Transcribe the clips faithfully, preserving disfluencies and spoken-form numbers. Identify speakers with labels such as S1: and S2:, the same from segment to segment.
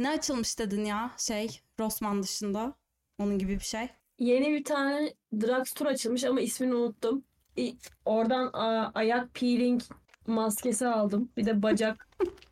S1: Ne açılmış dedin ya şey Rossmann dışında? Onun gibi bir şey.
S2: Yeni bir tane drugstore açılmış ama ismini unuttum. İ- Oradan a- ayak peeling maskesi aldım. Bir de bacak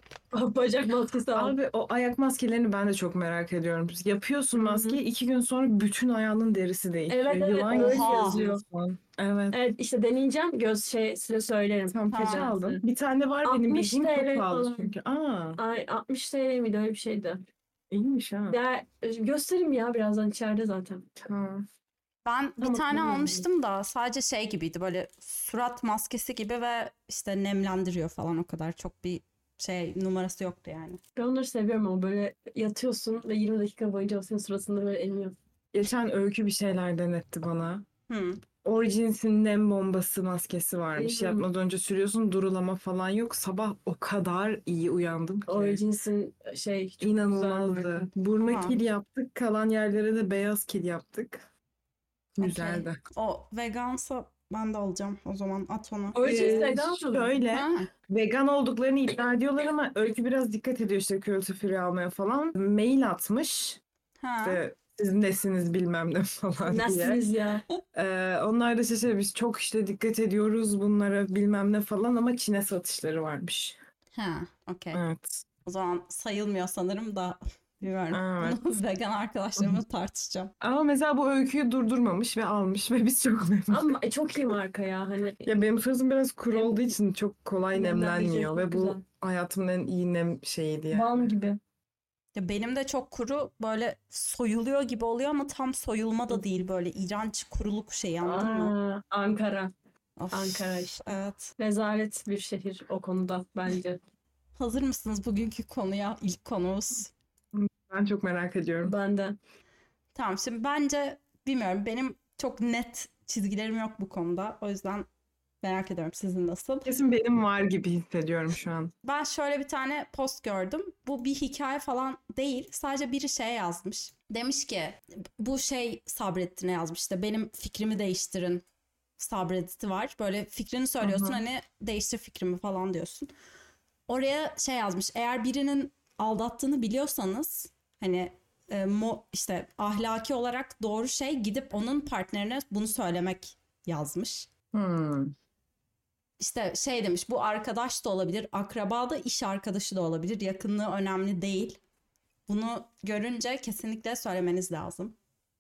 S2: bacak maskesi aldım.
S3: Abi o ayak maskelerini ben de çok merak ediyorum. Yapıyorsun
S2: Hı hı.
S3: maskeyi, iki gün sonra bütün ayağının derisi değişiyor.
S2: Evet, evet,
S3: Yılan
S2: öyle
S3: gibi
S2: yazıyor.
S3: geziyorsun. Evet.
S2: Evet, işte deneyeceğim. Göz şey size söylerim.
S3: Tam kaça
S1: Ha.
S3: aldın? Bir tane var benim
S2: altmış
S3: bildiğim, çok
S2: T L
S3: pahalı
S2: falan.
S3: çünkü. Aa,
S2: Ay altmış T L miydi, öyle bir şeydi.
S3: iyiymiş ha.
S2: Ya, göstereyim ya birazdan, içeride zaten.
S3: Tamam.
S1: Ben bir
S2: Tamam,
S1: tane
S2: tamam.
S1: almıştım da sadece şey gibiydi, böyle surat maskesi gibi ve işte nemlendiriyor falan, o kadar çok bir şey numarası yoktu yani.
S2: Ben onları seviyorum ama böyle yatıyorsun ve yirmi dakika boyunca o senin suratında böyle emiyor.
S3: Geçen Öykü bir şeyler denetti bana.
S1: Hmm.
S3: Origins'in nem bombası maskesi varmış.
S2: Hmm.
S3: Yatmadan önce sürüyorsun, durulama falan yok. Sabah o kadar iyi uyandım ki.
S2: Origins'in şey çok güzel
S3: İnanılmazdı.
S2: marka.
S3: Burnu
S1: Ha.
S3: kil yaptık. Kalan yerlere de beyaz kil yaptık.
S1: Okey.
S3: Güzeldi.
S1: O vegansa ben de alacağım o zaman, at onu.
S2: Origins
S3: Ee,
S2: vegan mı?
S3: şöyle
S1: Ha.
S3: vegan olduklarını iddia ediyorlar ama Öykü biraz dikkat ediyor işte cruelty free almaya falan. Mail atmış.
S1: Ha.
S3: İşte siz nesiniz bilmem ne falan diye.
S2: Nasılsınız ya?
S3: Ee, onlar da işte şey, biz çok işte dikkat ediyoruz bunlara bilmem ne falan ama Çin'e satışları varmış.
S1: Ha. Okey.
S3: Evet.
S1: O zaman sayılmıyor sanırım da bilmiyorum.
S3: Evet.
S1: Bunu vegan arkadaşlarımla tartışacağım.
S3: Ama mesela bu Öykü'yü durdurmamış ve almış ve biz çok memnunuz.
S2: Ama e, çok iyi marka ya. Hani
S3: Ya benim suratım biraz kuru
S2: Nem-
S3: olduğu için çok kolay
S2: nemlendirici
S3: nemlenmiyor
S2: çok
S3: ve bu
S2: güzel.
S3: hayatımın en iyi nem şeyiydi yani.
S2: Balm gibi.
S1: Ya benim de çok kuru, böyle soyuluyor gibi oluyor ama tam soyulma da değil, böyle iğrenç kuruluk şeyi, anladın mı?
S2: Aa, Ankara.
S1: Of,
S2: Ankara işte.
S1: evet.
S2: Rezalet bir şehir o konuda bence.
S1: Hazır mısınız bugünkü konuya, ilk konumuz?
S3: Ben çok merak ediyorum.
S2: Ben de.
S1: Tamam, şimdi bence bilmiyorum, benim çok net çizgilerim yok bu konuda. O yüzden merak ediyorum sizin nasıl.
S3: Kesin benim var gibi hissediyorum şu an.
S1: Ben şöyle bir tane post gördüm. Bu bir hikaye falan değil. Sadece biri şey yazmış. Demiş ki bu şey sabrettiğine yazmış. İşte benim fikrimi değiştirin sabrediti var. Böyle fikrini söylüyorsun,
S3: Hı hı.
S1: hani değiştir fikrimi falan diyorsun. Oraya şey yazmış. Eğer birinin aldattığını biliyorsanız, hani e, mo, işte ahlaki olarak doğru şey gidip onun partnerine bunu söylemek yazmış.
S3: Hmm.
S1: İşte şey demiş, bu arkadaş da olabilir, akraba da, iş arkadaşı da olabilir. Yakınlığı önemli değil. Bunu görünce kesinlikle söylemeniz lazım.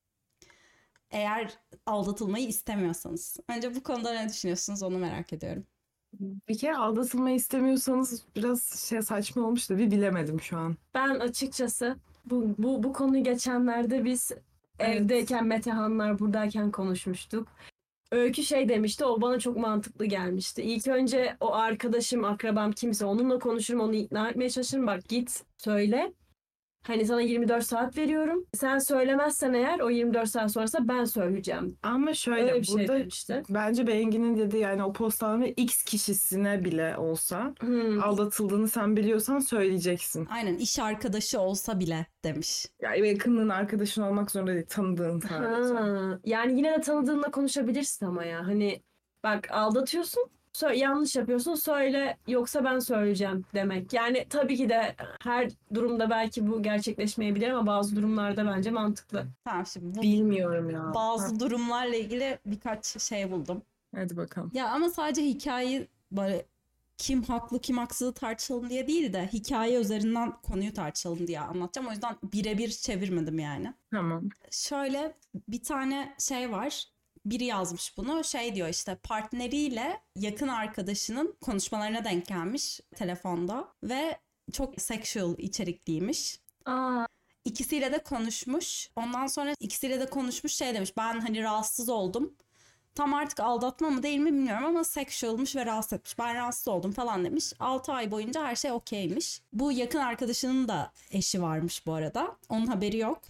S1: Eğer aldatılmayı istemiyorsanız. Önce bu konuda ne düşünüyorsunuz, onu merak ediyorum.
S3: Bir kere aldatılmayı istemiyorsanız biraz şey saçma olmuş da bir bilemedim şu an.
S2: Ben açıkçası bu bu bu konuyu geçenlerde biz
S3: Evet.
S2: evdeyken, Metehanlar buradayken konuşmuştuk. Öykü şey demişti, o bana çok mantıklı gelmişti. İlk önce o arkadaşım, akrabam kimse, onunla konuşurum, onu ikna etmeye çalışırım. Bak git söyle. Hani sana yirmi dört saat veriyorum. Sen söylemezsen eğer o yirmi dört saat sonrasında ben söyleyeceğim.
S3: Ama şöyle
S2: Öyle bir şey
S3: burada
S2: demişti.
S3: bence Bengi'nin dediği yani o postalama X kişisine bile olsa
S2: Hmm.
S3: aldatıldığını sen biliyorsan söyleyeceksin.
S1: Aynen, iş arkadaşı olsa bile demiş.
S3: Yani yakınlığın arkadaşın olmak zorunda değil, tanıdığın sadece.
S2: Ha, yani yine de tanıdığınla konuşabilirsin ama ya. Hani bak aldatıyorsun, sö- yanlış yapıyorsun, söyle yoksa ben söyleyeceğim demek. Yani tabii ki de her durumda belki bu gerçekleşmeyebilir ama bazı durumlarda bence mantıklı.
S1: Tamam, şimdi bu
S3: Bilmiyorum ya.
S1: bazı
S3: Ha,
S1: durumlarla ilgili birkaç şey buldum.
S3: hadi bakalım.
S1: Ya ama sadece hikayeyi böyle kim haklı kim haksız tartışalım diye değil de hikaye üzerinden konuyu tartışalım diye anlatacağım. O yüzden birebir çevirmedim yani.
S3: Tamam.
S1: Şöyle bir tane şey var. Biri yazmış bunu. Şey diyor, işte partneriyle yakın arkadaşının konuşmalarına denk gelmiş telefonda ve çok sexual içerikliymiş.
S2: Aa,
S1: İkisiyle de konuşmuş. Ondan sonra ikisiyle de konuşmuş, şey demiş. Ben hani rahatsız oldum. Tam artık aldatma mı değil mi bilmiyorum ama sexualmış ve rahatsız etmiş. Ben rahatsız oldum falan demiş. altı ay boyunca her şey okeymiş. Bu yakın arkadaşının da eşi varmış bu arada. Onun haberi yok.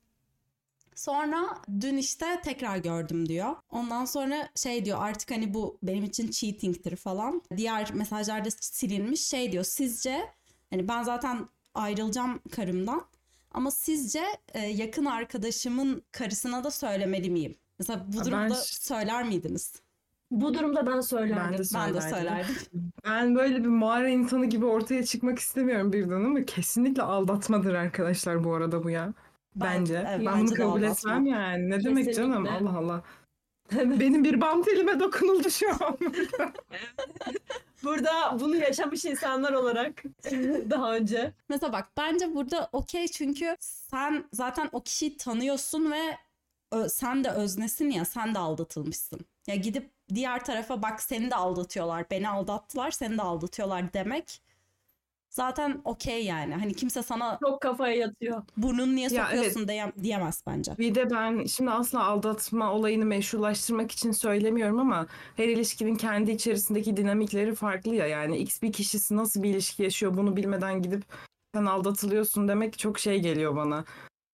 S1: Sonra dün işte tekrar gördüm diyor. Ondan sonra şey diyor, artık hani bu benim için cheating'tir falan. Diğer mesajlarda silinmiş, şey diyor, sizce hani ben zaten ayrılacağım karımdan ama sizce e, yakın arkadaşımın karısına da söylemeli miyim? Mesela bu
S3: Ben
S1: durumda
S3: ş-
S1: söyler miydiniz?
S2: Bu durumda ben söylerdim.
S3: Ben de
S1: Ben de
S3: söylerdim.
S1: söylerdim.
S3: Ben böyle bir mağara insanı gibi ortaya çıkmak istemiyorum birden ama kesinlikle aldatmadır arkadaşlar bu arada bu ya.
S1: Ben-
S3: Bence.
S1: evet,
S3: ben
S1: bence
S3: bunu
S1: de
S3: kabul
S1: aldatma.
S3: etmem yani. Ne demek canım?
S2: Kesinlikle.
S3: Allah Allah. Benim bir bant elime dokunuldu şu an.
S2: Burada bunu yaşamış insanlar olarak daha önce.
S1: Mesela bak bence burada okey çünkü sen zaten o kişiyi tanıyorsun ve ö- sen de öznesin ya, sen de aldatılmışsın. Ya gidip diğer tarafa bak seni de aldatıyorlar, beni aldattılar, seni de aldatıyorlar demek zaten okey yani. Hani kimse sana
S2: Çok kafaya yatıyor.
S1: burnunu niye
S3: Ya
S1: sokuyorsun diye- diyemez bence.
S3: Bir de ben şimdi asla aldatma olayını meşrulaştırmak için söylemiyorum ama her ilişkinin kendi içerisindeki dinamikleri farklı ya. Yani X bir kişisi nasıl bir ilişki yaşıyor bunu bilmeden gidip sen aldatılıyorsun demek çok şey geliyor bana.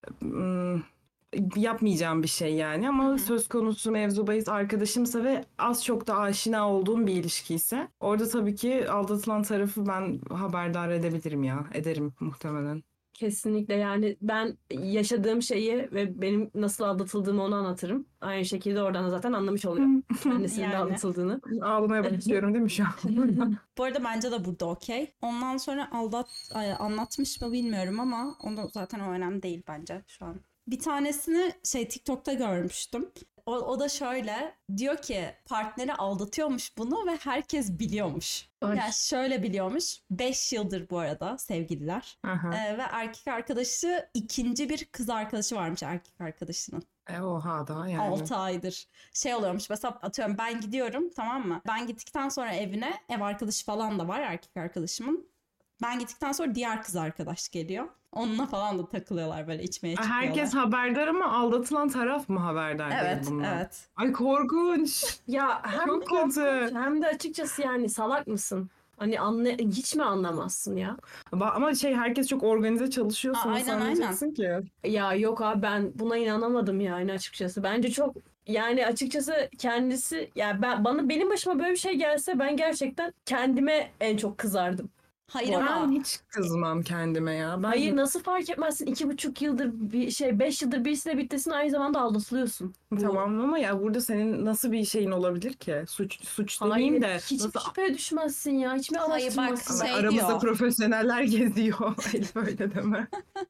S3: Hmm, yapmayacağım bir şey yani ama
S1: Hı hı.
S3: söz konusu mevzu bahis arkadaşımsa ve az çok da aşina olduğum bir ilişkiyse orada tabii ki aldatılan tarafı ben haberdar edebilirim ya. Ederim muhtemelen.
S2: Kesinlikle yani ben yaşadığım şeyi ve benim nasıl aldatıldığımı onu anlatırım. Aynı şekilde oradan da zaten anlamış oluyor kendisinin de
S1: Yani.
S2: aldatıldığını.
S3: Ağlamaya başlıyorum değil mi şu an?
S1: Bu arada bence de burada okey. Ondan sonra aldat ay, anlatmış mı bilmiyorum ama onu zaten o önemli değil bence şu an. Bir tanesini şey TikTok'ta görmüştüm. O, o da şöyle diyor ki partneri aldatıyormuş bunu ve herkes biliyormuş.
S2: Ay.
S1: Yani şöyle biliyormuş. beş yıldır bu arada sevgililer.
S3: Aha.
S1: Ee, ve erkek arkadaşı ikinci bir kız arkadaşı varmış erkek arkadaşının.
S3: E, oha da yani.
S1: altı aydır. Şey oluyormuş mesela atıyorum ben gidiyorum tamam mı? Ben gittikten sonra evine ev arkadaşı falan da var erkek arkadaşımın. Ben gittikten sonra diğer kız arkadaş geliyor. Onunla falan da takılıyorlar böyle içmeye çıkıyorlar.
S3: Herkes haberdar ama aldatılan taraf mı haberdar değil
S1: Evet,
S3: bundan?
S1: evet.
S3: Ay korkunç.
S2: Ya hem
S3: Çok
S2: korkunç
S3: kötü.
S2: hem de açıkçası yani salak mısın? Hani anla hiç mi anlamazsın ya?
S3: Ba- Ama şey herkes çok organize çalışıyorsa
S1: Aa,
S3: nasıl
S1: aynen,
S3: anlayacaksın ki?
S2: Ya yok abi ben buna inanamadım yani açıkçası. Bence çok yani açıkçası kendisi ya ben bana benim başıma böyle bir şey gelse ben gerçekten kendime en çok kızardım.
S1: Hayır
S2: Bu
S1: ama
S3: Ben hiç kızmam kendime ya. Ben
S2: Hayır nasıl fark etmezsin? İki buçuk yıldır bir şey beş yıldır birisiyle birliktesin aynı zamanda aldatılıyorsun. Bu-
S3: tamam ama ya burada senin nasıl bir şeyin olabilir ki? Suç suç demeyeyim
S2: Hayır
S3: de
S2: hiç
S3: nasıl
S2: şüpheye düşmezsin ya. Hiç mi
S1: Hayır, bak,
S2: araştırmazsın?
S3: Ama
S1: şey
S3: aramızda
S1: diyor.
S3: profesyoneller geziyor. Elif öyle deme.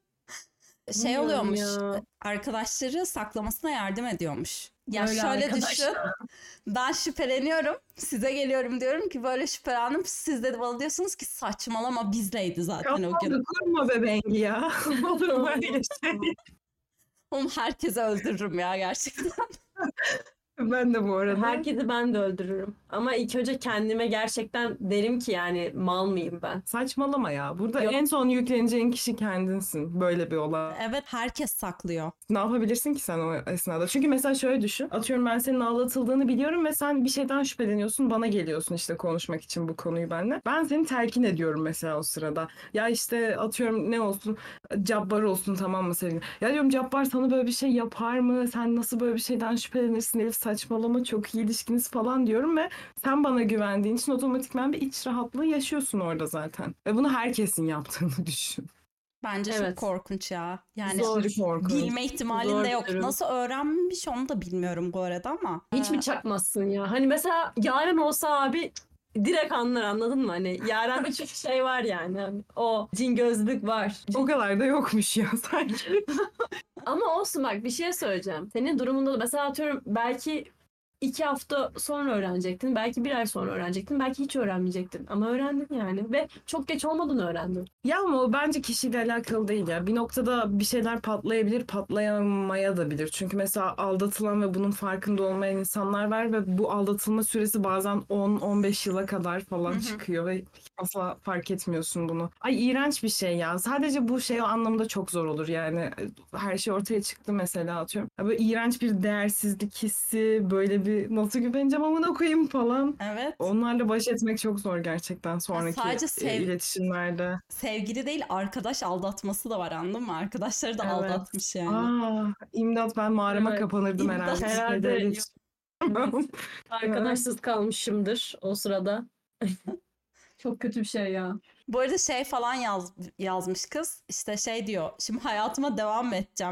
S1: şey
S2: Bilmiyorum
S1: oluyormuş.
S2: ya.
S1: Arkadaşları saklamasına yardım ediyormuş. Ya
S2: Böyle
S1: şöyle
S2: arkadaşlar.
S1: düşün. Ben şüpheleniyorum. Size geliyorum diyorum ki böyle şüphelendim. Siz de bana diyorsunuz ki saçmalama bizleydi zaten o gün.
S3: Kafanı kurma be Bengi ya. Olur mu öyle şey?
S1: Oğlum herkese öldürürüm ya gerçekten.
S3: Ben de bu arada.
S2: Herkesi ben de öldürürüm. Ama ilk önce kendime gerçekten derim ki yani mal mıyım ben?
S3: Saçmalama ya. Burada
S2: Yok.
S3: en son yükleneceğin kişi kendinsin. Böyle bir olay.
S1: Evet herkes saklıyor.
S3: Ne yapabilirsin ki sen o esnada? Çünkü mesela şöyle düşün. Atıyorum ben senin aldatıldığını biliyorum ve sen bir şeyden şüpheleniyorsun. Bana geliyorsun işte konuşmak için bu konuyu benimle. Ben seni telkin ediyorum mesela o sırada. Ya işte atıyorum ne olsun? Cabbar olsun tamam mı sevgilim? Ya diyorum Cabbar sana böyle bir şey yapar mı? Sen nasıl böyle bir şeyden şüphelenirsin Elif saçmalama çok iyi ilişkiniz falan diyorum ve sen bana güvendiğin için otomatikman bir iç rahatlığı yaşıyorsun orada zaten. Ve bunu herkesin yaptığını düşün.
S1: Bence
S2: Evet.
S1: çok korkunç ya. Yani
S2: Zor.
S3: Aşırı korkunç.
S1: bilme ihtimalin
S2: Zor
S1: de
S2: bir
S1: yok.
S2: durum.
S1: Nasıl öğrenmiş onu da bilmiyorum bu arada ama.
S2: Hiç mi çakmazsın ya? Hani mesela Yaren olsa abi direkt anlar anladın mı? Hani Yaren'de çok şey var yani. Hani o cin gözlük var.
S3: O kadar da yokmuş ya sanki.
S2: Ama olsun bak bir şey söyleyeceğim. Senin durumunda da mesela atıyorum belki iki hafta sonra öğrenecektin. Belki bir ay sonra öğrenecektin. Belki hiç öğrenmeyecektin. Ama öğrendin yani. Ve çok geç olmadan öğrendin.
S3: Ya ama o bence kişiyle alakalı değil ya. Bir noktada bir şeyler patlayabilir, patlayamaya da bilir. Çünkü mesela aldatılan ve bunun farkında olmayan insanlar var ve bu aldatılma süresi bazen on on beş yıla kadar falan
S1: Hı hı.
S3: çıkıyor ve asla fark etmiyorsun bunu. Ay iğrenç bir şey ya. Sadece bu şey o anlamda çok zor olur yani. Her şey ortaya çıktı mesela atıyorum. Ya böyle iğrenç bir değersizlik hissi, böyle bir nasıl güveneceğim amına koyayım falan.
S1: Evet.
S3: Onlarla baş etmek çok zor gerçekten sonraki
S1: sadece
S3: e,
S1: sev-
S3: iletişimlerde.
S1: Sevgili değil arkadaş aldatması da var anladın mı? Arkadaşları da
S3: Evet.
S1: aldatmış yani.
S3: Aa, imdat ben mağarama
S2: Evet,
S3: kapanırdım
S1: imdat.
S3: herhalde.
S2: Herhalde
S3: Şeyde iletişim-
S2: arkadaşsız kalmışımdır o sırada. Çok kötü bir şey ya.
S1: Bu arada şey falan yaz, yazmış kız. İşte şey diyor. Şimdi hayatıma devam edeceğim.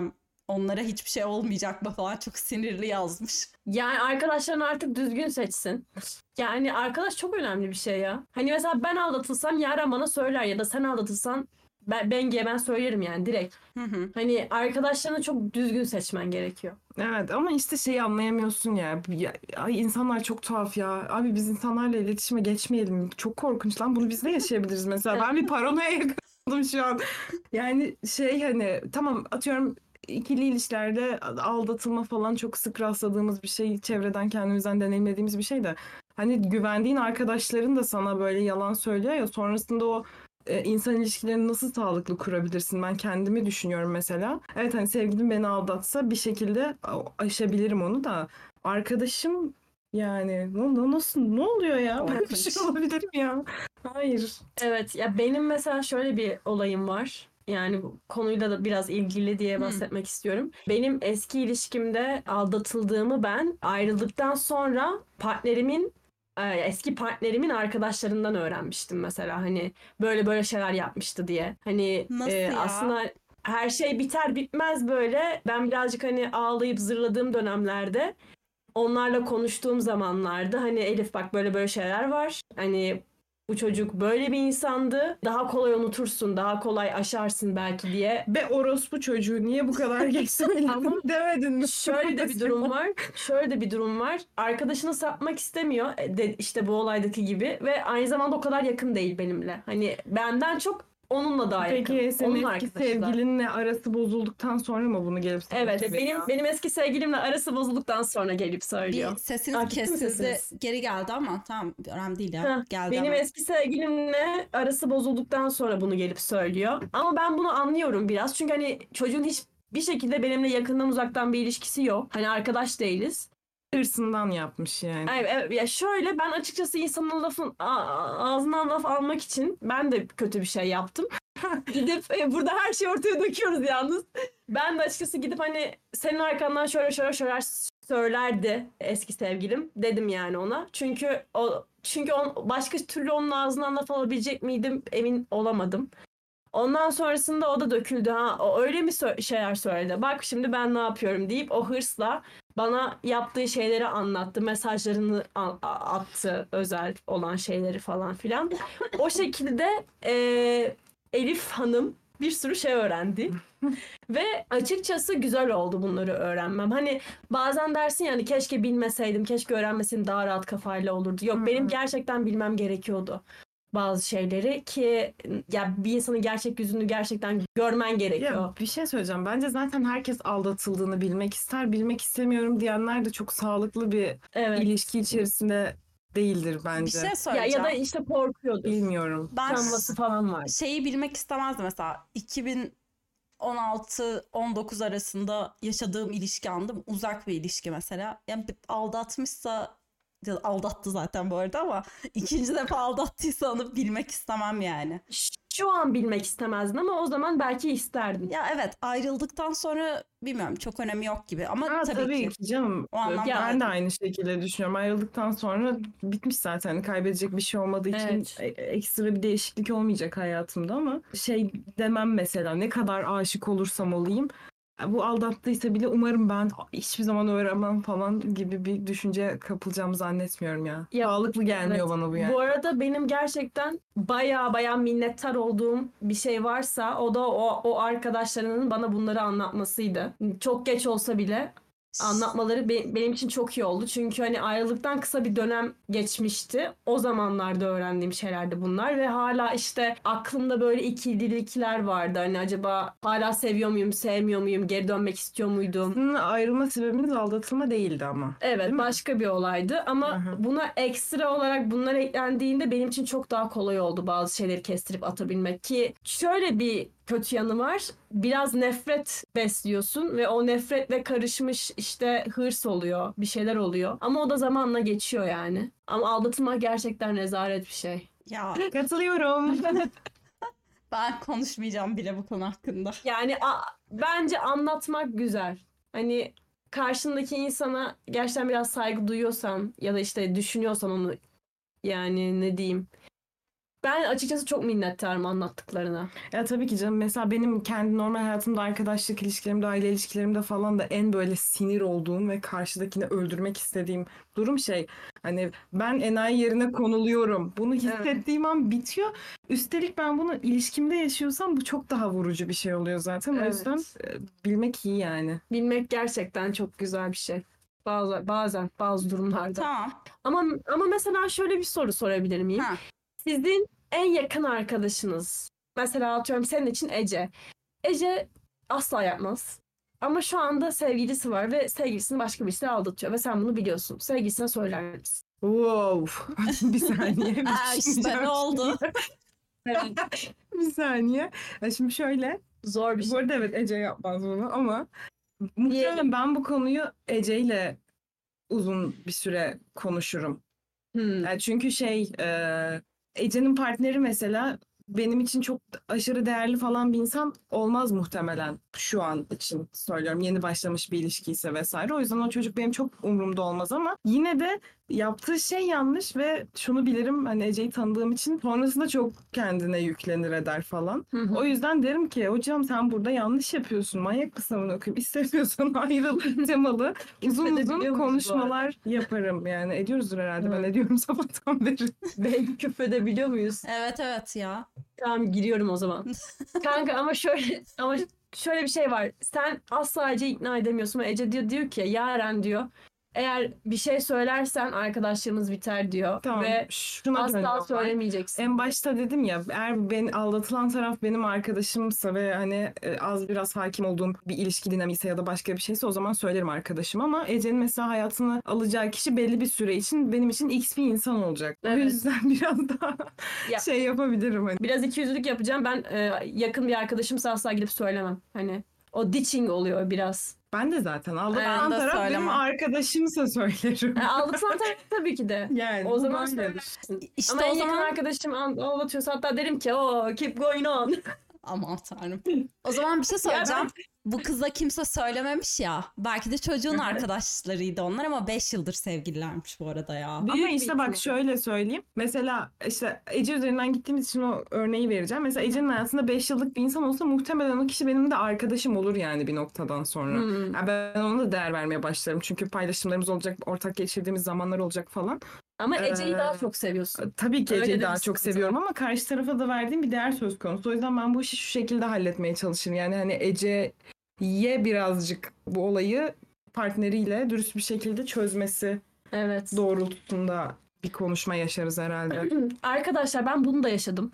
S1: onlara hiçbir şey olmayacak mı falan, çok sinirli yazmış.
S2: Yani arkadaşlarını artık düzgün seçsin. Yani arkadaş çok önemli bir şey ya. Hani mesela ben aldatılsam Yaren bana söyler ya da sen aldatılsan ben, Bengi'ye ben söylerim yani direkt.
S1: Hı hı.
S2: Hani arkadaşlarını çok düzgün seçmen gerekiyor.
S3: Evet ama işte şeyi anlayamıyorsun ya. Ya- Ay insanlar çok tuhaf ya. Abi biz insanlarla iletişime geçmeyelim. Çok korkunç lan. Bunu biz de yaşayabiliriz mesela. Ben bir paranoya yakaladım şu an. Yani şey hani tamam atıyorum ikili ilişkilerde aldatılma falan çok sık rastladığımız bir şey. Çevreden kendimizden deneyimlediğimiz bir şey de. Hani güvendiğin arkadaşların da sana böyle yalan söylüyor ya sonrasında o e, insan ilişkilerini nasıl sağlıklı kurabilirsin? Ben kendimi düşünüyorum mesela. Evet hani sevgilim beni aldatsa bir şekilde a- aşabilirim onu da. Arkadaşım yani ne, ne- nasıl ne oluyor ya? Böyle bir şey
S1: Korkunç.
S3: olabilir mi ya? Hayır.
S2: Evet ya benim mesela şöyle bir olayım var. Yani bu konuyla da biraz ilgili diye
S1: Hmm.
S2: bahsetmek istiyorum. Benim eski ilişkimde aldatıldığımı ben ayrıldıktan sonra partnerimin e, eski partnerimin arkadaşlarından öğrenmiştim mesela. Hani böyle böyle şeyler yapmıştı diye. Hani
S1: Nasıl
S2: e,
S1: ya?
S2: aslında her şey biter bitmez böyle ben birazcık hani ağlayıp zırladığım dönemlerde onlarla konuştuğum zamanlarda hani Elif bak böyle böyle şeyler var. Hani bu çocuk böyle bir insandı. Daha kolay unutursun, daha kolay aşarsın belki diye.
S3: Be orospu çocuğu niye bu kadar geç söyledin
S2: Ama
S3: demedin mi?
S2: şöyle de bir durum var. Şöyle de bir durum var. Arkadaşını satmak istemiyor. E, De, işte bu olaydaki gibi ve aynı zamanda o kadar yakın değil benimle. Hani benden çok onunla daha yakın.
S3: Peki senin
S2: Onun
S3: eski
S2: arkadaşı zaten.
S3: sevgilinle arası bozulduktan sonra mı bunu gelip sana
S2: Evet,
S3: söylüyor?
S2: benim benim eski sevgilimle arası bozulduktan sonra gelip
S1: Bir
S2: söylüyor.
S1: sesiniz
S2: Aa, gitti mi
S1: kesildi,
S2: sesiniz?
S1: geri geldi ama tamam, önemli değil ya.
S2: Heh,
S1: Geldi
S2: benim
S1: ama.
S2: eski sevgilimle arası bozulduktan sonra bunu gelip söylüyor. Ama ben bunu anlıyorum biraz. Çünkü hani çocuğun hiç bir şekilde benimle yakından uzaktan bir ilişkisi yok. Hani arkadaş değiliz.
S3: Hırsından yapmış yani.
S2: Evet, evet. Ya şöyle ben açıkçası insanın lafın a- ağzından laf almak için ben de kötü bir şey yaptım. Gidip e, burada her şeyi ortaya döküyoruz yalnız. Ben de açıkçası gidip hani senin arkandan şöyle şöyle şöyle söylerdi eski sevgilim dedim yani ona. Çünkü o çünkü on, başka türlü onun ağzından laf alabilecek miydim emin olamadım. Ondan sonrasında o da döküldü. Ha, o öyle mi sö- şeyler söyledi. Bak şimdi ben ne yapıyorum deyip o hırsla bana yaptığı şeyleri anlattı. Mesajlarını a- a- attı. Özel olan şeyleri falan filan. O şekilde e, Elif Hanım bir sürü şey öğrendi. Ve açıkçası güzel oldu bunları öğrenmem. Hani bazen dersin yani keşke bilmeseydim, keşke öğrenmeseydim daha rahat kafayla olurdu. Yok
S3: Hı
S2: benim
S3: hı.
S2: gerçekten bilmem gerekiyordu bazı şeyleri ki ya bir insanın gerçek yüzünü gerçekten görmen gerekiyor.
S3: Ya bir şey söyleyeceğim. Bence zaten herkes aldatıldığını bilmek ister. Bilmek istemiyorum diyenler de çok sağlıklı bir
S2: Evet.
S3: ilişki içerisinde değildir
S1: Bir
S3: bence.
S1: şey
S2: Ya
S1: söyleyeceğim.
S2: ya da işte korkuyordur.
S3: Bilmiyorum.
S1: Ben
S2: Travması falan var.
S1: şeyi bilmek istemezdim mesela. iki bin on altı on dokuz arasında yaşadığım ilişki andım. Uzak bir ilişki mesela. Yani bir aldatmışsa, ya aldattı zaten bu arada ama ikinci defa aldattıysa onu bilmek istemem yani.
S2: Şu an bilmek istemezdin ama o zaman belki isterdin.
S1: Ya evet, ayrıldıktan sonra bilmiyorum, çok önemi yok gibi ama
S3: Ha,
S1: tabii,
S3: tabii
S1: ki.
S3: ki canım.
S1: O anlamda
S3: Ben
S1: evet.
S3: de aynı şekilde düşünüyorum. Ayrıldıktan sonra bitmiş zaten. Hani kaybedecek bir şey olmadığı için
S2: Evet.
S3: e- ekstra bir değişiklik olmayacak hayatımda ama şey demem mesela ne kadar aşık olursam olayım. Bu aldattıysa bile umarım ben hiçbir zaman öğrenmem falan gibi bir düşünce kapılacağımı zannetmiyorum ya.
S2: Ya,
S3: Sağlıklı gelmiyor
S2: Evet.
S3: bana bu yani.
S2: Bu arada benim gerçekten baya baya minnettar olduğum bir şey varsa o da o, o arkadaşlarının bana bunları anlatmasıydı. Çok geç olsa bile anlatmaları be- benim için çok iyi oldu. Çünkü hani ayrılıktan kısa bir dönem geçmişti. O zamanlarda öğrendiğim şeylerdi bunlar ve hala işte aklımda böyle ikililikler vardı. Hani acaba hala seviyor muyum, sevmiyor muyum, geri dönmek istiyor muydum?
S3: Sizin ayrılma sebebiniz aldatılma değildi ama.
S2: Evet,
S3: Değil mi?
S2: başka bir olaydı ama
S3: Hı hı.
S2: buna ekstra olarak bunlar eklendiğinde benim için çok daha kolay oldu bazı şeyleri kestirip atabilmek ki şöyle bir kötü yanı var. Biraz nefret besliyorsun ve o nefretle karışmış işte hırs oluyor, bir şeyler oluyor. Ama o da zamanla geçiyor yani. Ama aldatılmak gerçekten rezalet bir şey.
S1: Ya
S3: Katılıyorum.
S1: ben konuşmayacağım bile bu konu hakkında.
S2: Yani a- bence anlatmak güzel. Hani karşındaki insana gerçekten biraz saygı duyuyorsan ya da işte düşünüyorsan onu yani ne diyeyim Ben açıkçası çok minnettarım anlattıklarına.
S3: Ya tabii ki canım. Mesela benim kendi normal hayatımda, arkadaşlık ilişkilerimde, aile ilişkilerimde falan da en böyle sinir olduğum ve karşıdakini öldürmek istediğim durum şey. Hani ben enayi yerine konuluyorum. Bunu hissettiğim an bitiyor. Üstelik ben bunu ilişkimde yaşıyorsam bu çok daha vurucu bir şey oluyor zaten. O
S2: Evet.
S3: yüzden e, bilmek iyi yani.
S2: Bilmek gerçekten çok güzel bir şey. Bazı, bazen bazı durumlarda.
S1: Tamam.
S2: Ama ama mesela şöyle bir soru sorabilir miyim?
S1: Ha.
S2: Sizin en yakın arkadaşınız. Mesela atıyorum senin için Ece. Ece asla yapmaz. Ama şu anda sevgilisi var ve sevgilisini başka birisiyle aldatıyor ve sen bunu biliyorsun. Sevgilisine söyler misin?
S3: Wow. Bir saniye. bir
S1: Aa, işte
S3: düşüneceğim
S1: ne oldu?
S2: Evet.
S3: Bir saniye. Ya şimdi şöyle.
S2: Zor bir
S3: Bu
S2: şey.
S3: arada evet, Ece yapmaz bunu ama muhtemelen
S2: Diyelim.
S3: ben bu konuyu Ece ile uzun bir süre konuşurum.
S2: Hmm.
S3: Yani çünkü şey e, Ece'nin partneri mesela benim için çok aşırı değerli falan bir insan olmaz muhtemelen, şu an için söylüyorum. Yeni başlamış bir ilişkiyse vesaire. O yüzden o çocuk benim çok umurumda olmaz ama yine de yaptığı şey yanlış ve şunu bilirim, hani Ece'yi tanıdığım için sonrasında çok kendine yüklenir eder falan.
S2: Hı hı.
S3: O yüzden derim ki hocam sen burada yanlış yapıyorsun. Manyak mısın amına koyayım? İstemiyorsan ayrıl temalı uzun
S2: Küfredebiliyor
S3: uzun
S2: muyuz bu
S3: konuşmalar yaparım. Yani ediyoruzdur herhalde. Ben
S2: Evet.
S3: ediyorum sabahtan beri.
S2: Belki küfredebiliyor muyuz?
S1: Evet evet ya.
S2: Tamam giriyorum o zaman. Kanka ama şöyle ama şöyle bir şey var. Sen asla Ece'yi ikna edemiyorsun ve Ece diyor, diyor ki Yaren diyor. Eğer bir şey söylersen arkadaşlığımız biter diyor.
S3: Tamam.
S2: Ve
S3: Şuna
S2: asla
S3: dönüyorum ben.
S2: söylemeyeceksin.
S3: En başta dedim ya, eğer ben aldatılan taraf benim arkadaşımsa ve hani e, az biraz hakim olduğum bir ilişki dinamiyse ya da başka bir şeyse o zaman söylerim arkadaşım, ama Ece'nin mesela hayatını alacağı kişi belli bir süre için benim için X bir insan olacak. O
S2: Evet.
S3: yüzden biraz daha
S2: Ya.
S3: şey yapabilirim hani.
S2: Biraz ikiyüzlülük yapacağım. Ben e, yakın bir arkadaşımsa asla gidip söylemem. Hani o ditching oluyor biraz.
S3: Ben de zaten
S1: Ben
S3: aldatılan
S1: de
S3: taraf benim
S1: söylemem.
S3: arkadaşımsa söylerim.
S2: E, aldatılan taraf tabii ki de.
S3: Yani
S2: O
S3: bu
S2: zaman
S3: böyledir.
S2: söylersin.
S1: İşte
S2: Ama
S1: o
S2: en yakın
S1: zaman
S2: arkadaşım al- aldatıyorsa hatta derim ki o keep going on.
S1: aman tanrım. O zaman bir şey söyleyeceğim. Bu kıza kimse söylememiş ya. Belki de çocuğun
S3: Evet.
S1: arkadaşlarıydı onlar ama beş yıldır sevgililermiş bu arada ya.
S2: Büyük
S3: Ama
S2: bir
S3: işte
S2: ihtimal.
S3: bak şöyle söyleyeyim. Mesela işte Ece üzerinden gittiğimiz için o örneği vereceğim. Mesela Ece'nin hayatında beş yıllık bir insan olsa muhtemelen o kişi benim de arkadaşım olur yani bir noktadan sonra.
S2: Hmm.
S3: Yani ben ona da değer vermeye başlarım. Çünkü paylaşımlarımız olacak, ortak geçirdiğimiz zamanlar olacak falan.
S2: Ama Ece'yi
S3: Ee,
S2: daha çok seviyorsun.
S3: Tabii ki
S2: Öyle
S3: Ece'yi
S2: de
S3: daha
S2: bir
S3: çok
S2: sıkıntı
S3: seviyorum ama karşı tarafa da verdiğim bir değer söz konusu. O yüzden ben bu işi şu şekilde halletmeye çalışırım. Yani hani Ece'ye birazcık bu olayı partneriyle dürüst bir şekilde çözmesi
S2: Evet.
S3: doğrultusunda bir konuşma yaşarız herhalde.
S2: Arkadaşlar ben bunu da yaşadım.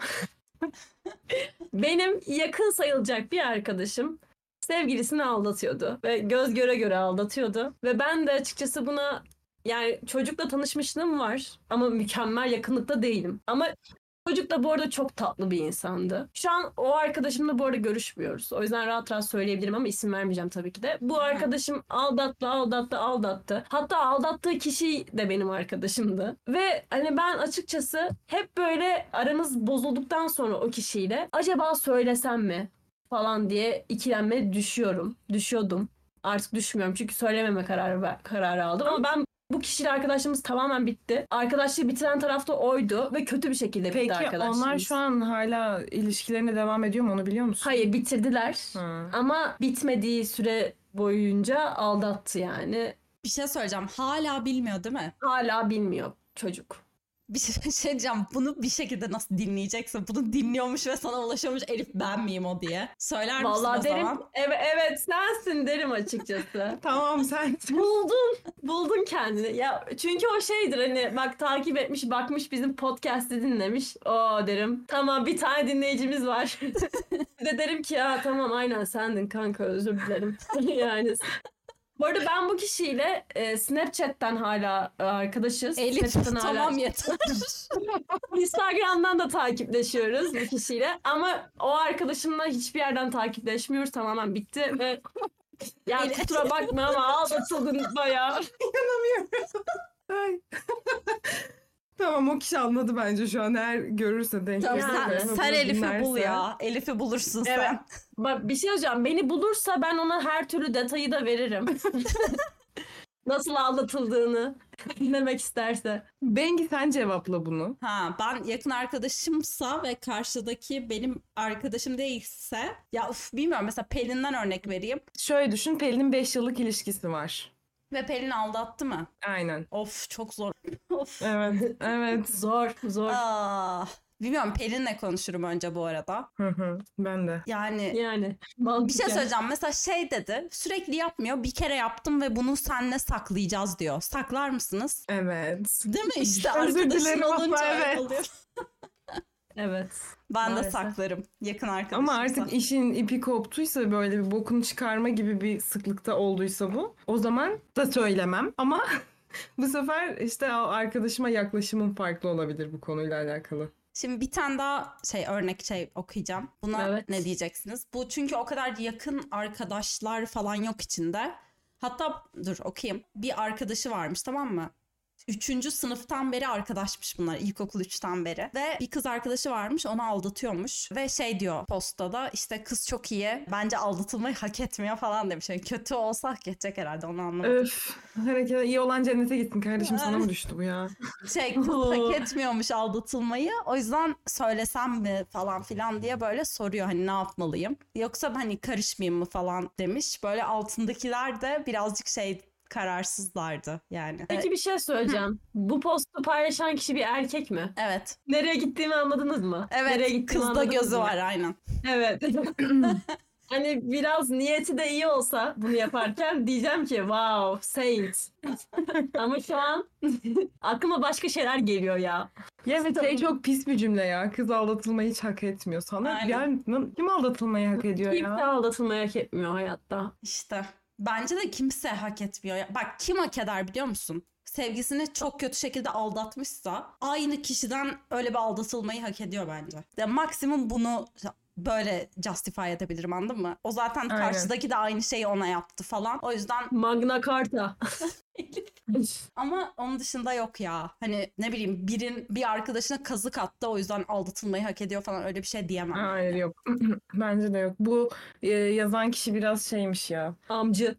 S2: Benim yakın sayılacak bir arkadaşım sevgilisini aldatıyordu ve göz göre göre aldatıyordu ve ben de açıkçası buna yani çocukla tanışmışlığım var ama mükemmel yakınlıkta değilim. Ama çocuk da bu arada çok tatlı bir insandı. Şu an o arkadaşımla bu arada görüşmüyoruz. O yüzden rahat rahat söyleyebilirim ama isim vermeyeceğim tabii ki de. Bu arkadaşım aldattı, aldattı, aldattı. Hatta aldattığı kişi de benim arkadaşımdı. Ve hani ben açıkçası hep böyle aramız bozulduktan sonra o kişiyle acaba söylesem mi falan diye ikilenme düşüyorum. Düşüyordum. Artık düşmüyorum çünkü söylememe kararı ver- kararı aldım ama ben bu kişiyle arkadaşlığımız tamamen bitti. Arkadaşlığı bitiren taraf da oydu ve kötü bir şekilde bitti
S3: Peki
S2: arkadaşlığımız.
S3: onlar şu an hala ilişkilerine devam ediyor mu, onu biliyor musun?
S2: Hayır bitirdiler
S3: Hı.
S2: ama bitmediği süre boyunca aldattı yani.
S1: Bir şey söyleyeceğim. Hala bilmiyor değil mi?
S2: Hala bilmiyor çocuk.
S1: Bir şey, şey diyeceğim. Bunu bir şekilde nasıl dinleyeceksin? Bunu dinliyormuş ve sana ulaşıyormuş. Elif ben miyim o diye. Söyler misin
S2: Vallahi
S1: o
S2: derim
S1: zaman?
S2: evet, evet sensin derim açıkçası.
S3: Tamam sen.
S2: Buldun. Buldun kendini. Ya çünkü o şeydir hani bak takip etmiş bakmış bizim podcast'i dinlemiş. O derim. Tamam bir tane dinleyicimiz var. Bir de derim ki ya tamam aynen sendin kanka özür dilerim. Yani bu arada ben bu kişiyle e, Snapchat'ten hala e, arkadaşız.
S1: Elif
S2: Snapchat'ten hala-
S1: tamam yeter.
S2: Instagram'dan da takipleşiyoruz bu kişiyle. Ama o arkadaşımla hiçbir yerden takipleşmiyoruz. Tamamen bitti ve ya
S1: Elif-
S2: kusura bakma ama aldatıldın bayağı.
S3: Ay. Tamam, o kişi anladı bence şu an, eğer görürse denk
S1: Tamam,
S3: gelirse,
S1: sen,
S3: bunu
S1: sen Elif'i bul
S3: dinlerse.
S1: ya. Elif'i bulursun
S2: Evet.
S1: sen.
S2: Bak bir şey söyleyeceğim. Beni bulursa ben ona her türlü detayı da veririm. Nasıl aldatıldığını. Dinlemek isterse.
S3: Bengi sen cevapla bunu.
S1: Ha, ben yakın arkadaşımsa ve karşıdaki benim arkadaşım değilse ya uf, bilmiyorum, mesela Pelin'den örnek vereyim.
S3: Şöyle düşün, Pelin'in beş yıllık ilişkisi var.
S1: Ve Pelin aldattı mı?
S3: Aynen.
S1: Of çok zor. Of.
S3: Evet, evet.
S2: Zor, zor.
S1: Aa, bilmiyorum, Pelin'le konuşurum önce bu arada.
S3: Hı hı, ben de.
S1: Yani
S2: Yani.
S1: bir şey söyleyeceğim. Mesela şey dedi. Sürekli yapmıyor. Bir kere yaptım ve bunu seninle saklayacağız diyor. Saklar mısınız?
S3: Evet.
S1: Değil mi? İşte
S3: Özür
S1: arkadaşın
S3: dilerim ama
S1: olunca öyle
S3: evet.
S1: oluyor.
S2: Evet.
S1: Ben de
S2: Maalesef.
S1: saklarım. Yakın arkadaşımsa.
S3: Ama artık işin ipi koptuysa, böyle bir bokunu çıkarma gibi bir sıklıkta olduysa bu, o zaman da söylemem. Ama bu sefer işte o arkadaşıma yaklaşımım farklı olabilir bu konuyla alakalı.
S1: Şimdi bir tane daha şey örnek şey okuyacağım. Buna
S2: Evet.
S1: ne diyeceksiniz? Bu çünkü o kadar yakın arkadaşlar falan yok içinde. Hatta dur okuyayım. Bir arkadaşı varmış, tamam mı? Üçüncü sınıftan beri arkadaşmış bunlar. İlkokul üçten beri. Ve bir kız arkadaşı varmış, onu aldatıyormuş. Ve şey diyor postada, işte kız çok iyi. Bence aldatılmayı hak etmiyor falan demiş. Yani kötü olsa hak edecek herhalde, onu anlamadım.
S3: Öf. Hareket iyi olan cennete gitsin kardeşim, sana mı düştü bu ya?
S1: Şey, kız hak etmiyormuş aldatılmayı. O yüzden söylesem mi falan filan diye böyle soruyor, hani ne yapmalıyım. Yoksa hani karışmayayım mı falan demiş. Böyle altındakiler de birazcık şey, kararsızlardı yani.
S2: Peki bir şey söyleyeceğim. Bu postu paylaşan kişi bir erkek mi?
S1: Evet.
S2: Nereye gittiğimi anladınız mı? Nereye
S1: Evet.
S2: gittiğimi
S1: Kızda
S2: anladınız
S1: gözü
S2: mı?
S1: var aynen.
S2: Evet. Hani biraz niyeti de iyi olsa bunu yaparken diyeceğim ki wow, saint. Ama şu an aklıma başka şeyler geliyor ya.
S3: Ya evet, şey çok pis bir cümle ya. Kız aldatılmayı hiç hak etmiyor. Sana
S1: Aynen.
S3: yani n- kim aldatılmayı hak ediyor
S2: Kimse
S3: ya?
S2: aldatılmayı hak etmiyor hayatta.
S1: İşte. Bence de kimse hak etmiyor. Ya- Bak kim hak eder biliyor musun? Sevgisini çok kötü şekilde aldatmışsa aynı kişiden öyle bir aldatılmayı hak ediyor bence. Ya maksimum bunu böyle justify edebilirim, anladın mı? O zaten
S3: Aynen.
S1: karşıdaki de aynı şeyi ona yaptı falan. O yüzden
S2: Magna Carta.
S1: ama onun dışında yok ya. Hani ne bileyim, birin bir arkadaşına kazık attı, o yüzden aldatılmayı hak ediyor falan, öyle bir şey diyemem.
S3: Hayır, yok. Bence de yok. Bu e, yazan kişi biraz şeymiş ya.
S2: Amcı.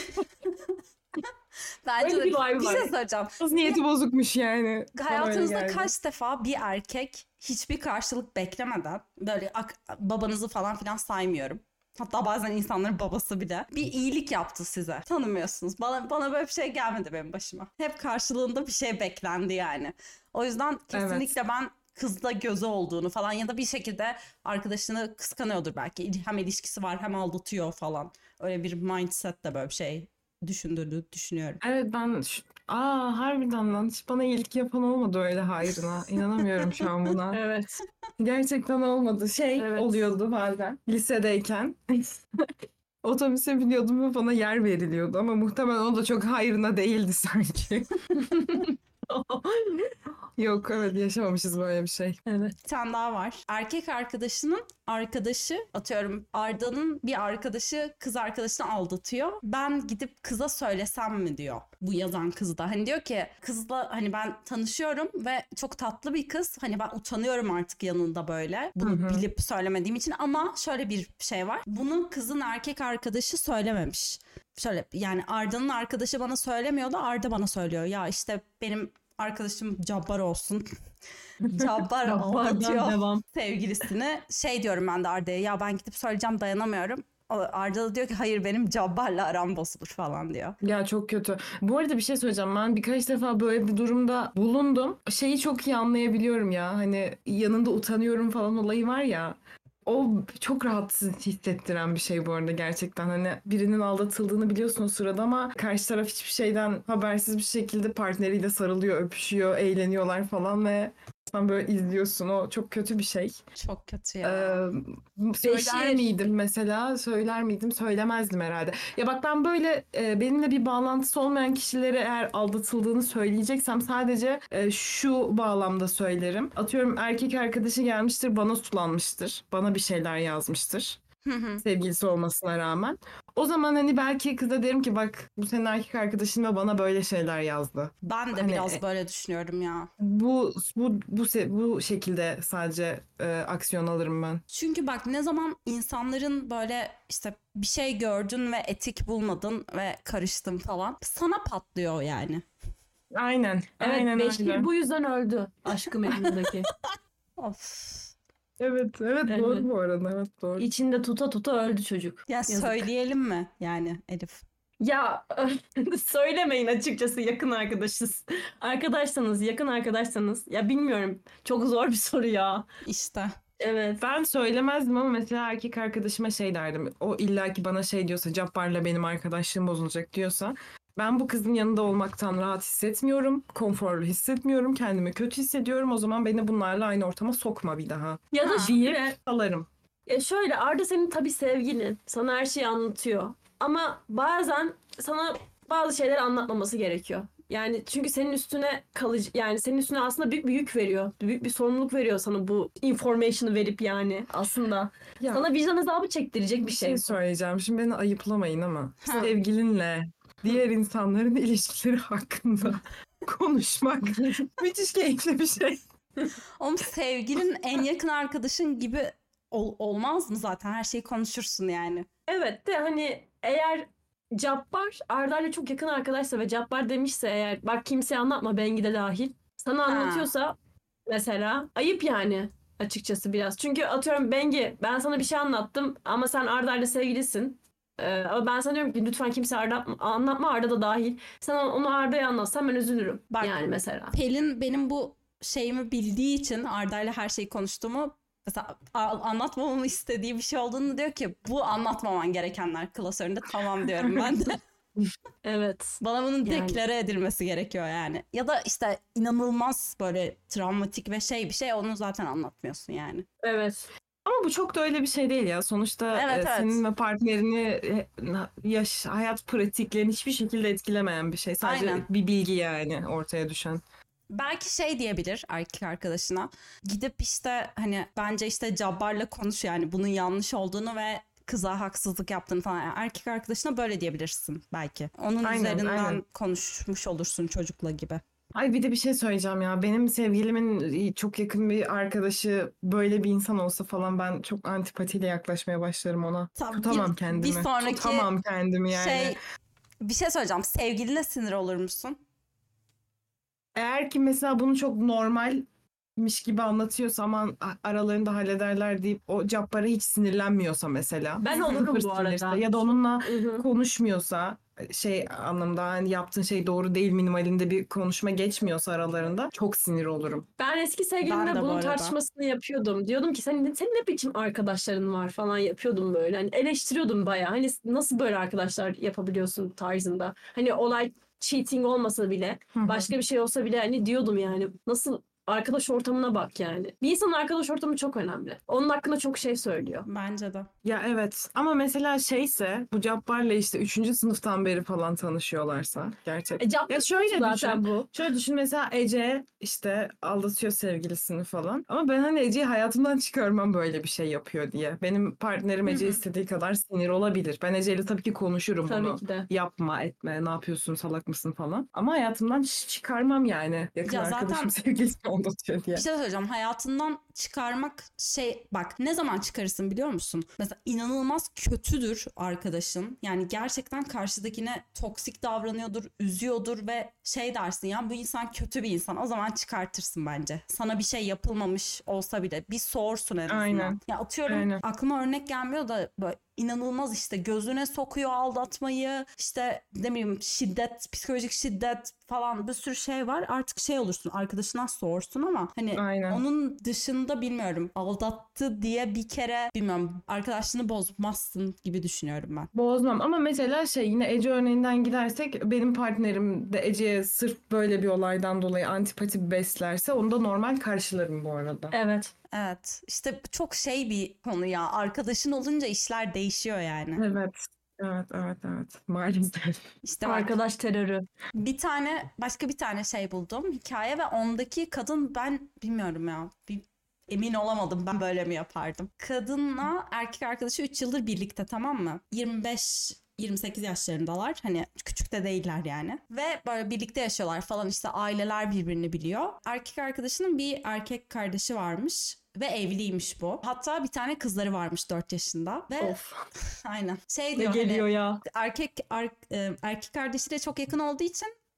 S1: Bence
S2: Öyle
S1: de
S2: bir vibe
S1: bir
S2: var.
S1: şey söyleyeceğim.
S3: Kız niyeti bozukmuş yani. Bana öyle
S1: Hayatınızda
S3: geldi.
S1: kaç defa bir erkek hiçbir karşılık beklemeden, böyle ak- babanızı falan filan saymıyorum, hatta bazen insanların babası bile bir iyilik yaptı size. Tanımıyorsunuz. Bana, bana böyle bir şey gelmedi benim başıma. Hep karşılığında bir şey beklendi yani. O yüzden kesinlikle ben kızda gözü olduğunu falan ya da bir şekilde arkadaşını kıskanıyordur belki. Hem ilişkisi var hem aldatıyor falan. Öyle bir mindset de böyle bir şey düşündüğünü düşünüyorum.
S3: Evet, ben şu- aa harbiden lan, hiç bana iyilik yapan olmadı öyle hayrına. İnanamıyorum şu an buna.
S2: Evet.
S3: Gerçekten olmadı. Şey
S2: Evet.
S3: oluyordu bazen lisedeyken. Otobüse biniyordum ve bana yer veriliyordu ama muhtemelen o da çok hayrına değildi sanki. Yok, evet, yaşamamışız böyle bir şey.
S2: Evet.
S1: Bir tane daha var. Erkek arkadaşının arkadaşı, atıyorum Arda'nın bir arkadaşı kız arkadaşını aldatıyor. Ben gidip kıza söylesem mi diyor bu yazan kız da. Hani diyor ki kızla hani ben tanışıyorum ve çok tatlı bir kız. Hani ben utanıyorum artık yanında böyle. Bunu
S3: Hı hı.
S1: bilip söylemediğim için, ama şöyle bir şey var. Bunu kızın erkek arkadaşı söylememiş. Şöyle yani Arda'nın arkadaşı bana söylemiyordu. Arda bana söylüyor. Ya işte benim arkadaşım cabbar olsun. Cabbar aldatıyor
S2: Bardan devam.
S1: sevgilisini. Şey diyorum ben de Arda'ya, ya ben gidip söyleyeceğim, dayanamıyorum. O- Arda da diyor ki hayır, benim Cabbar'la aram bozulur falan diyor.
S3: Ya çok kötü. Bu arada bir şey söyleyeceğim. Ben birkaç defa böyle bir durumda bulundum. Şeyi çok iyi anlayabiliyorum ya. Hani yanında utanıyorum falan olayı var ya. O çok rahatsız hissettiren bir şey bu arada gerçekten. Hani birinin aldatıldığını biliyorsun o sırada ama karşı taraf hiçbir şeyden habersiz bir şekilde partneriyle sarılıyor, öpüşüyor, eğleniyorlar falan ve sen böyle izliyorsun. O çok kötü bir şey.
S1: Çok kötü ya.
S3: Ee, söyler
S2: Beşir.
S3: miydim mesela? Söyler miydim? Söylemezdim herhalde. Ya bak, ben böyle e, benimle bir bağlantısı olmayan kişilere eğer aldatıldığını söyleyeceksem sadece e, şu bağlamda söylerim. Atıyorum, erkek arkadaşı gelmiştir, bana sulanmıştır. Bana bir şeyler yazmıştır.
S1: Hı hı.
S3: Sevgilisi olmasına rağmen. O zaman hani belki kıza derim ki bak, bu senin erkek arkadaşın ve bana böyle şeyler yazdı.
S1: Ben de
S3: Hani-
S1: biraz böyle düşünüyorum ya.
S3: Bu bu bu se- bu şekilde sadece e, aksiyon alırım ben.
S1: Çünkü bak, ne zaman insanların böyle işte bir şey gördün ve etik bulmadın ve karıştın falan, sana patlıyor yani.
S3: Aynen.
S2: Evet,
S3: aynen
S2: Beşir
S3: öyle.
S2: bu yüzden öldü Aşk-ı Memnu'daki.
S1: Of.
S3: Evet, evet,
S2: Evet.
S3: doğru bu arada. Evet, doğru.
S2: İçinde tuta tuta öldü çocuk.
S1: Ya
S2: Yazık.
S1: söyleyelim mi yani Elif?
S2: Ya söylemeyin, açıkçası yakın arkadaşız. Arkadaşsanız, yakın arkadaşsanız. Ya bilmiyorum. Çok zor bir soru ya.
S1: İşte.
S2: Evet.
S3: Ben söylemezdim ama mesela erkek arkadaşıma şey derdim. O illaki bana şey diyorsa, Cabbar'la benim arkadaşlığım bozulacak diyorsa, ben bu kızın yanında olmaktan rahat hissetmiyorum, konforlu hissetmiyorum, kendimi kötü hissediyorum. O zaman beni bunlarla aynı ortama sokma bir daha.
S2: Ya da
S1: Ha.
S2: şöyle,
S3: Salarım.
S2: ya şöyle Arda senin tabii sevgilin. Sana her şeyi anlatıyor. Ama bazen sana bazı şeyler anlatmaması gerekiyor. Yani çünkü senin üstüne kalıcı, yani senin üstüne aslında büyük bir yük veriyor. Büyük bir sorumluluk veriyor sana bu information'ı verip yani aslında.
S3: Ya,
S2: Sana vicdan azabı çektirecek bir
S3: bir
S2: şey.
S3: şey söyleyeceğim. Şimdi beni ayıplamayın ama
S1: Ha.
S3: sevgilinle diğer insanların ilişkileri hakkında konuşmak müthiş keyifli bir şey.
S1: Oğlum sevgilin en yakın arkadaşın gibi ol- olmaz mı zaten? Her şeyi konuşursun yani.
S2: Evet de hani eğer Cabbar Arda'yla çok yakın arkadaşsa ve Cabbar demişse eğer bak kimseye anlatma, Bengi de dahil. Sana
S1: Ha.
S2: anlatıyorsa mesela ayıp yani açıkçası biraz. Çünkü atıyorum Bengi, ben sana bir şey anlattım ama sen Arda'yla sevgilisin. Ee, ama ben sana diyorum ki lütfen kimse Arda, anlatma, Arda da dahil. Sen onu Arda'ya anlatsan ben üzülürüm.
S1: Bak,
S2: yani mesela.
S1: Pelin benim bu şeyimi bildiği için Arda'yla her şeyi konuştuğumu mesela a- anlatmamamı istediği bir şey olduğunu diyor ki bu anlatmaman gerekenler klasöründe, tamam diyorum ben de.
S2: Evet.
S1: Bana bunun
S2: Yani.
S1: deklare edilmesi gerekiyor yani. Ya da işte inanılmaz böyle travmatik ve şey bir şey, onu zaten anlatmıyorsun yani.
S2: Evet.
S3: Ama bu çok da öyle bir şey değil ya. Sonuçta
S1: Evet,
S3: e,
S1: evet.
S3: senin ve partnerini e, na- yaş, hayat pratiklerini hiçbir şekilde etkilemeyen bir şey. Sadece
S1: Aynen.
S3: bir bilgi yani ortaya düşen.
S1: Belki şey diyebilir erkek arkadaşına, gidip işte hani bence işte Cabbar'la konuş yani bunun yanlış olduğunu ve kıza haksızlık yaptığını falan. Yani erkek arkadaşına böyle diyebilirsin belki. Onun
S3: Aynen,
S1: üzerinden
S3: aynen.
S1: konuşmuş olursun çocukla gibi.
S3: Ay, bir de bir şey söyleyeceğim ya. Benim sevgilimin çok yakın bir arkadaşı böyle bir insan olsa falan, ben çok antipatiyle yaklaşmaya başlarım ona.
S1: Tabii
S3: Tutamam
S1: bir-
S3: kendimi.
S1: bir sonraki
S3: Tutamam kendimi yani.
S1: Şey, bir şey söyleyeceğim. Sevgiline sinir olur musun?
S3: Eğer ki mesela bunu çok normalmiş gibi anlatıyorsa, aman a- aralarında hallederler deyip o Cabbar'a hiç sinirlenmiyorsa mesela.
S2: Ben olurum
S3: sıfır
S2: bu arada.
S3: sinirse ya da onunla
S2: Hı hı.
S3: konuşmuyorsa, şey anlamda hani yaptığın şey doğru değil minimalinde bir konuşma geçmiyorsa aralarında, çok sinir olurum.
S2: Ben eski
S1: Ben
S2: sevgilimle
S1: de bu
S2: bunun
S1: arada.
S2: tartışmasını yapıyordum. Diyordum ki senin, senin ne biçim arkadaşların var falan yapıyordum böyle. Hani eleştiriyordum bayağı. Hani nasıl böyle arkadaşlar yapabiliyorsun tarzında. Hani olay cheating olmasa bile,
S3: Hı hı.
S2: başka bir şey olsa bile hani diyordum yani. Nasıl arkadaş ortamına bak yani. Bir insanın arkadaş ortamı çok önemli. Onun hakkında çok şey söylüyor.
S1: Bence de.
S3: Ya evet, ama mesela şeyse, bu Cabbar'la işte üçüncü sınıftan beri falan tanışıyorlarsa gerçekten.
S2: E, Cabbar
S3: Ya şöyle
S2: zaten
S3: düşün.
S2: bu.
S3: Şöyle düşün, mesela Ece işte aldatıyor sevgilisini falan. Ama ben hani Ece'yi hayatımdan çıkarmam böyle bir şey yapıyor diye. Benim partnerim
S1: Hı
S3: Ece
S1: hı.
S3: istediği kadar sinir olabilir. Ben Ece'yle tabii ki konuşurum
S2: Tabii
S3: bunu.
S2: ki de.
S3: Yapma etme, ne yapıyorsun, salak mısın falan. Ama hayatımdan hiç çıkarmam yani. Yakın
S1: Ya
S3: arkadaşım
S1: zaten
S3: sevgilisini aldatıyor diye.
S1: bir şey söyleyeceğim. Hayatından çıkarmak şey, bak ne zaman çıkarırsın biliyor musun? Mesela inanılmaz kötüdür arkadaşın. Yani gerçekten karşıdakine toksik davranıyordur, üzüyordur ve şey dersin ya bu insan kötü bir insan. O zaman çıkartırsın bence. Sana bir şey yapılmamış olsa bile bir sorsun en azından.
S3: Aynen.
S1: Ya atıyorum,
S3: Aynen.
S1: aklıma örnek gelmiyor da böyle inanılmaz işte gözüne sokuyor aldatmayı, işte ne bileyim şiddet, psikolojik şiddet falan bir sürü şey var. Artık şey olursun, arkadaşına sorsun ama hani
S3: Aynen.
S1: onun dışında bilmiyorum, aldattı diye bir kere bilmiyorum arkadaşlığını bozmazsın gibi düşünüyorum ben.
S3: Bozmam ama mesela şey, yine Ece örneğinden gidersek, benim partnerim de Ece'ye sırf böyle bir olaydan dolayı antipati beslerse onu da normal karşılarım bu arada.
S2: Evet.
S1: Evet, işte çok şey bir konu ya, arkadaşın olunca işler değişiyor yani.
S3: Evet. Evet, evet, evet. Maalesef.
S1: İşte bak,
S2: Arkadaş terörü.
S1: bir tane başka bir tane şey buldum hikaye ve ondaki kadın, ben bilmiyorum ya, bir emin olamadım ben böyle mi yapardım. Kadınla erkek arkadaşı üç yıldır birlikte, tamam mı? yirmi beş yirmi sekiz yaşlarındalar, hani küçük de değiller yani, ve böyle birlikte yaşıyorlar falan, işte aileler birbirini biliyor. Erkek arkadaşının bir erkek kardeşi varmış ve evliymiş bu. Hatta bir tane kızları varmış dört yaşında ve
S2: Of.
S1: aynen şey
S2: Ne
S1: diyor hani,
S2: geliyor ya.
S1: erkek ar- e, erkek kardeşiyle çok yakın olduğu için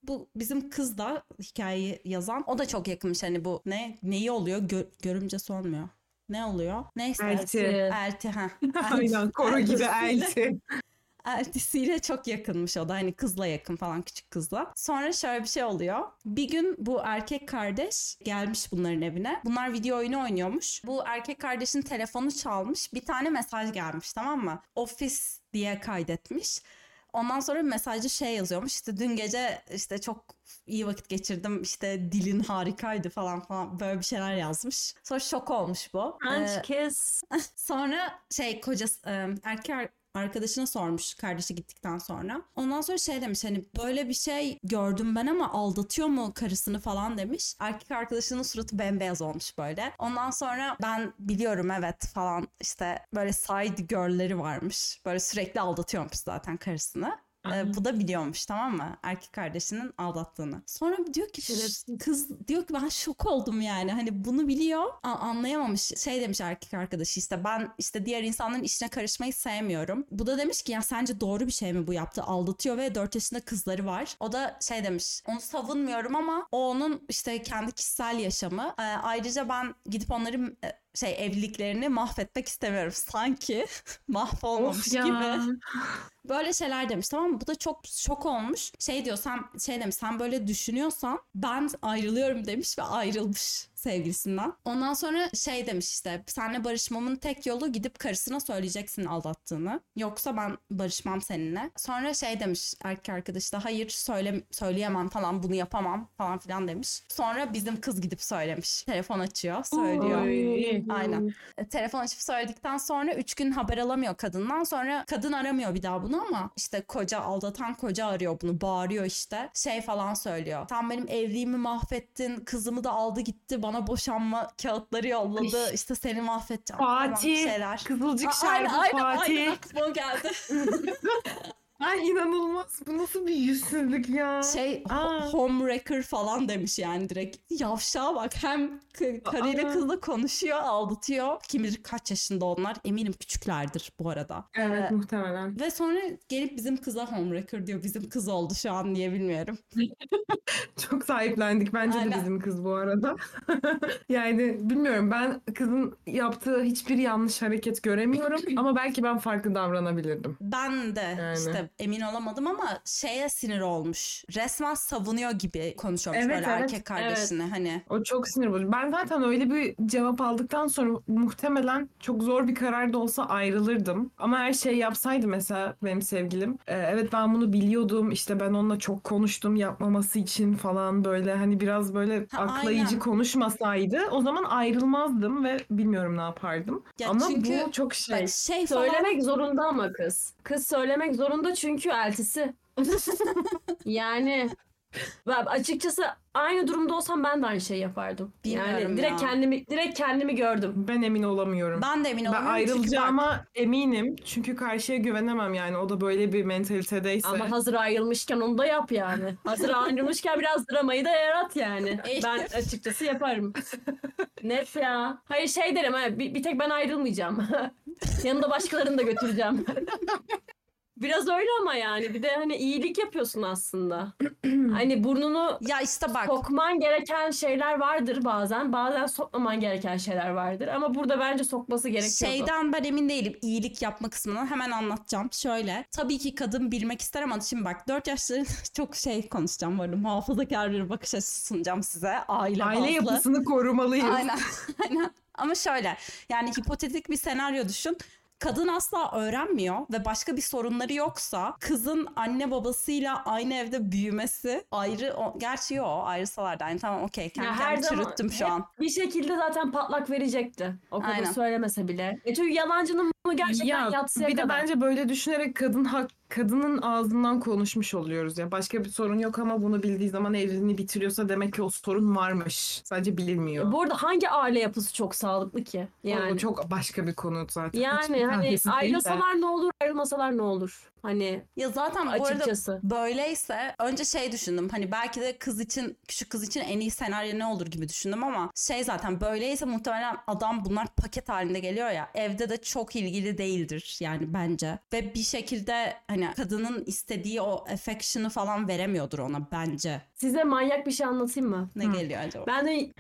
S1: bu bizim kız da hikayeyi yazan. O da çok yakınmış hani bu ne neyi oluyor? Gö- görümcesi olmuyor. Ne oluyor? Neyse.
S3: Elti.
S1: Elti ha.
S3: Aynen koro gibi elti.
S1: Eltisiyle çok yakınmış o da hani kızla yakın falan küçük kızla. Sonra şöyle bir şey oluyor. Bir gün bu erkek kardeş gelmiş bunların evine. Bunlar video oyunu oynuyormuş. Bu erkek kardeşin telefonu çalmış. Bir tane mesaj gelmiş tamam mı? Ofis diye kaydetmiş. Ondan sonra mesajda şey yazıyormuş işte dün gece işte çok iyi vakit geçirdim işte dilin harikaydı falan falan böyle bir şeyler yazmış. Sonra şok olmuş bu.
S2: French
S1: Ee,
S2: kiss.
S1: Sonra şey kocası e, erkek ar- arkadaşına sormuş kardeşi gittikten sonra. Ondan sonra şey demiş hani böyle bir şey gördüm ben ama aldatıyor mu karısını falan demiş. Erkek arkadaşının suratı bembeyaz olmuş böyle. Ondan sonra ben biliyorum evet falan işte böyle side girl'leri varmış. Böyle sürekli aldatıyormuş zaten karısını. Ee, bu da biliyormuş tamam mı? Erkek kardeşinin aldattığını. Sonra diyor ki
S2: Şerefsiz.
S1: kız diyor ki ben şok oldum yani. Hani bunu biliyor a- anlayamamış. Şey demiş erkek arkadaşı işte ben işte diğer insanların işine karışmayı sevmiyorum. Bu da demiş ki ya sence doğru bir şey mi bu yaptı? Aldatıyor ve dört yaşında kızları var. O da şey demiş onu savunmuyorum ama o onun işte kendi kişisel yaşamı. Ee, ayrıca ben gidip onların e, şey evliliklerini mahvetmek istemiyorum. Sanki mahvolmamış
S3: Of ya.
S1: gibi. Böyle şeyler demiş tamam mı? Bu da çok şok olmuş. Şey diyor sen şey demiş sen böyle düşünüyorsan ben ayrılıyorum demiş ve ayrılmış sevgilisinden. Ondan sonra şey demiş işte seninle barışmamın tek yolu gidip karısına söyleyeceksin aldattığını. Yoksa ben barışmam seninle. Sonra şey demiş erkek arkadaşı da hayır söyle, söyleyemem falan bunu yapamam falan filan demiş. Sonra bizim kız gidip söylemiş. Telefon açıyor söylüyor.
S3: Oy.
S1: Aynen. E, telefon açıp söyledikten sonra üç gün haber alamıyor kadından. Sonra kadın aramıyor bir daha bunu ama işte koca aldatan koca arıyor bunu. Bağırıyor işte. Şey falan söylüyor. Sen benim evliliğimi mahvettin. Kızımı da aldı gitti. Bana boşanma kağıtları yolladı.
S3: Ay.
S1: İşte seni mahvedeceğim falan bir
S3: Fatih.
S1: şeyler.
S3: Kızılcık
S1: Aa,
S3: şerbeti
S1: aynen, aynen,
S3: Fatih.
S1: aynen aklıma o geldi.
S3: Ay inanılmaz. Bu nasıl bir yüzsüzlük ya?
S1: Şey
S3: Aa.
S1: ho- homewrecker falan demiş yani direkt. Yavşağa bak hem k- karıyla
S3: Aa.
S1: kızla konuşuyor aldatıyor. Kim bilir kaç yaşında onlar. Eminim küçüklerdir bu arada.
S3: Evet
S1: Ee,
S3: muhtemelen.
S1: Ve sonra gelip bizim kıza homewrecker diyor. Bizim kız oldu şu an niye bilmiyorum.
S3: Çok sahiplendik. Bence
S1: Aynen.
S3: de bizim kız bu arada. Yani bilmiyorum ben kızın yaptığı hiçbir yanlış hareket göremiyorum ama belki ben farklı davranabilirdim.
S1: Ben de
S3: Yani.
S1: işte emin olamadım ama şeye sinir olmuş. Resmen savunuyor gibi konuşuyormuş
S3: Evet,
S1: böyle
S3: evet,
S1: erkek kardeşine hani.
S3: O çok sinir bozucu. Ben zaten öyle bir cevap aldıktan sonra muhtemelen çok zor bir karar da olsa ayrılırdım. Ama her şey yapsaydı mesela benim sevgilim. e, evet ben bunu biliyordum. İşte ben onunla çok konuştum yapmaması için falan böyle hani biraz böyle
S1: Ha,
S3: aklayıcı
S1: aynen.
S3: konuşmasaydı o zaman ayrılmazdım ve bilmiyorum ne yapardım.
S1: Ya
S3: Ama
S1: çünkü
S3: bu çok şey.
S1: bak şey falan
S2: Söylemek zorunda ama kız. Kız söylemek zorunda çünkü eltisi. Yani ben açıkçası aynı durumda olsam ben de aynı şey yapardım.
S1: Bilmiyorum
S2: Yani direkt
S1: ya.
S2: kendimi direkt kendimi gördüm.
S3: Ben emin olamıyorum.
S1: ben de emin
S3: Ben
S1: olamıyorum çünkü bak
S3: ayrılacağıma eminim. Çünkü karşıya güvenemem yani. O da böyle bir mentalitedeyse.
S2: Ama hazır ayrılmışken onu da yap yani. Hazır ayrılmışken biraz dramayı da yarat yani. Ben açıkçası yaparım. Net ya. Hayır şey derim ha, bir, bir tek ben ayrılmayacağım. Yanında başkalarını da götüreceğim. Biraz öyle ama yani bir de hani iyilik yapıyorsun aslında. Hani burnunu
S1: ya işte bak
S2: sokman gereken şeyler vardır bazen. Bazen sokmaman gereken şeyler vardır. Ama burada bence sokması gerekiyordu.
S1: şeyden ben emin değilim iyilik yapma kısmını hemen anlatacağım. Şöyle tabii ki kadın bilmek ister ama şimdi bak dört yaşları çok şey konuşacağım böyle muhafazakar bir bakış açısı sunacağım size. Aile,
S3: Aile
S1: bazlı.
S3: yapısını korumalıyız.
S1: Aynen. Aynen. Ama şöyle yani hipotetik bir senaryo düşün. Kadın asla öğrenmiyor ve başka bir sorunları yoksa kızın anne babasıyla aynı evde büyümesi ayrı o, gerçi yok ayrısalar da aynı tamam okey kendi
S2: Ya her
S1: kendimi
S2: zaman
S1: çürüttüm şu
S2: hep
S1: an.
S2: bir şekilde zaten patlak verecekti. O kadın
S1: Aynen.
S2: söylemese bile. E çünkü yalancının bunu gerçekten
S3: Ya
S2: yatsıya
S3: bir de
S2: kadar.
S3: bence böyle düşünerek kadın hak kadının ağzından konuşmuş oluyoruz ya. Başka bir sorun yok ama bunu bildiği zaman evliliğini bitiriyorsa demek ki o sorun varmış. Sadece bilinmiyor.
S2: Bu arada hangi aile yapısı çok sağlıklı ki? Yani
S3: O çok başka bir konu zaten.
S2: yani
S3: Hiçbir
S2: hani
S3: tanesi değil de.
S2: ayrılsalar ne olur, ayrılmasalar ne olur? Hani
S1: Ya zaten bu arada
S2: açıkçası.
S1: böyleyse önce şey düşündüm hani belki de kız için küçük kız için en iyi senaryo ne olur gibi düşündüm ama şey zaten böyleyse muhtemelen adam bunlar paket halinde geliyor ya evde de çok ilgili değildir yani bence ve bir şekilde hani hani kadının istediği o affection'ı falan veremiyordur ona bence.
S2: Size manyak bir şey anlatayım mı?
S1: Ne
S3: Hı.
S1: geliyor acaba?
S2: Ben dün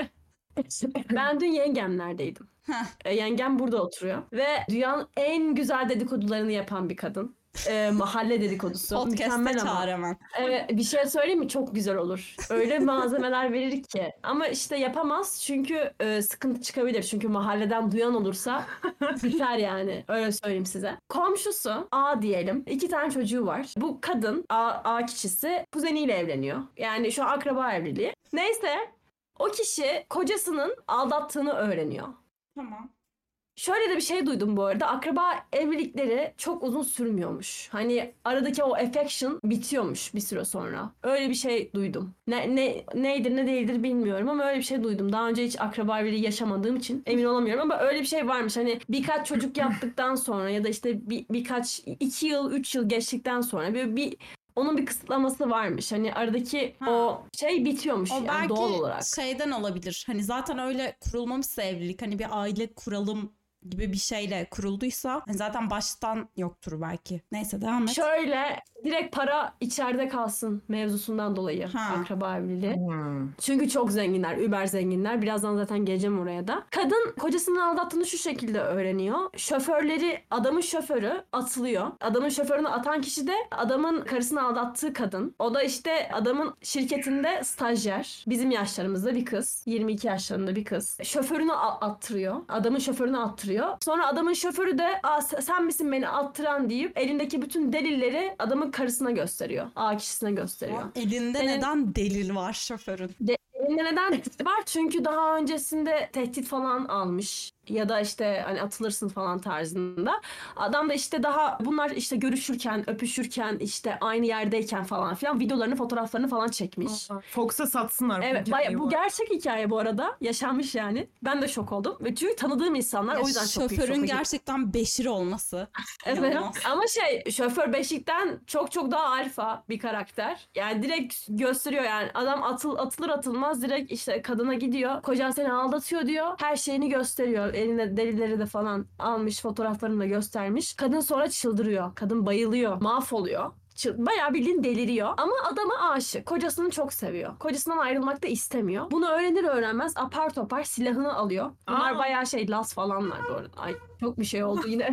S2: ben dün yengemlerdeydim.
S1: Heh.
S2: E, yengem burada oturuyor ve dünyanın en güzel dedikodularını yapan bir kadın. E, mahalle dedikodusu.
S1: Podcast'e
S2: Mükemmel ama.
S1: çağır hemen.
S2: Evet, bir şey söyleyeyim mi? Çok güzel olur. Öyle malzemeler verir ki. Ama işte yapamaz çünkü e, sıkıntı çıkabilir. Çünkü mahalleden duyan olursa biter yani. Öyle söyleyeyim size. Komşusu A diyelim. İki tane çocuğu var. Bu kadın A, A kişisi kuzeniyle evleniyor. Yani şu an akraba evliliği. Neyse o kişi kocasının aldattığını öğreniyor.
S1: Tamam.
S2: Şöyle de bir şey duydum bu arada. Akraba evlilikleri çok uzun sürmüyormuş. Hani aradaki o affection bitiyormuş bir süre sonra. Öyle bir şey duydum. Ne, ne neydir ne değildir bilmiyorum ama öyle bir şey duydum. Daha önce hiç akraba evliliği yaşamadığım için emin olamıyorum ama öyle bir şey varmış. Hani birkaç çocuk yaptıktan sonra ya da işte bir, birkaç iki yıl üç yıl geçtikten sonra bir, bir onun bir kısıtlaması varmış. Hani aradaki
S1: Ha.
S2: o şey bitiyormuş
S1: O
S2: yani
S1: belki
S2: doğal olarak.
S1: şeyden olabilir. Hani zaten öyle kurulmamışsa evlilik, hani bir aile kuralım gibi bir şeyle kurulduysa hani zaten baştan yoktur belki. Neyse devam et.
S2: Şöyle direkt para içeride kalsın mevzusundan dolayı
S1: Ha.
S2: akraba evliliği.
S3: Hmm.
S2: Çünkü çok zenginler, über zenginler. Birazdan zaten geleceğim oraya da. Kadın kocasının aldattığını şu şekilde öğreniyor. Şoförleri, adamın şoförü atılıyor. Adamın şoförünü atan kişi de adamın karısını aldattığı kadın. O da işte adamın şirketinde stajyer. Bizim yaşlarımızda bir kız. yirmi iki yaşlarında bir kız. Şoförünü a- attırıyor. Adamın şoförünü attırıyor. Sonra adamın şoförü de Aa, sen misin beni attıran deyip elindeki bütün delilleri adamın karısına gösteriyor. A kişisine gösteriyor.
S1: Elinde
S2: Senin-
S1: neden delil var şoförün?
S2: Elinde neden tehdit var? Çünkü daha öncesinde tehdit falan almış. Ya da işte hani atılırsın falan tarzında. Adam da işte daha bunlar işte görüşürken, öpüşürken, işte aynı yerdeyken falan filan videolarını, fotoğraflarını falan çekmiş.
S3: Fox'a satsınlar. bu
S2: Evet,
S3: hikayeyi
S2: baya, bu
S3: bu
S2: gerçek hikaye bu arada. Yaşanmış yani. Ben de şok oldum. Ve çünkü tanıdığım insanlar o yüzden çok büyük
S1: Şoförün
S2: şoka girdim.
S1: gerçekten beşir olması.
S2: Evet.
S1: İnanılmaz.
S2: Ama şey şoför Beşik'ten çok çok daha alfa bir karakter. Yani direkt gösteriyor yani adam atıl atılır atılmaz direkt işte kadına gidiyor. Kocan seni aldatıyor diyor. Her şeyini gösteriyor. Elinde delilleri de falan almış, fotoğraflarını da göstermiş. Kadın sonra çıldırıyor. Kadın bayılıyor, mahvoluyor. Çıl- Bayağı bildiğin deliriyor. Ama adama aşık. Kocasını çok seviyor. Kocasından ayrılmak da istemiyor. Bunu öğrenir öğrenmez apar topar silahını alıyor. Bunlar
S3: Aa.
S2: bayağı şey las falanlar bu arada. Ay çok bir şey oldu yine.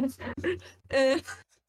S2: Ee,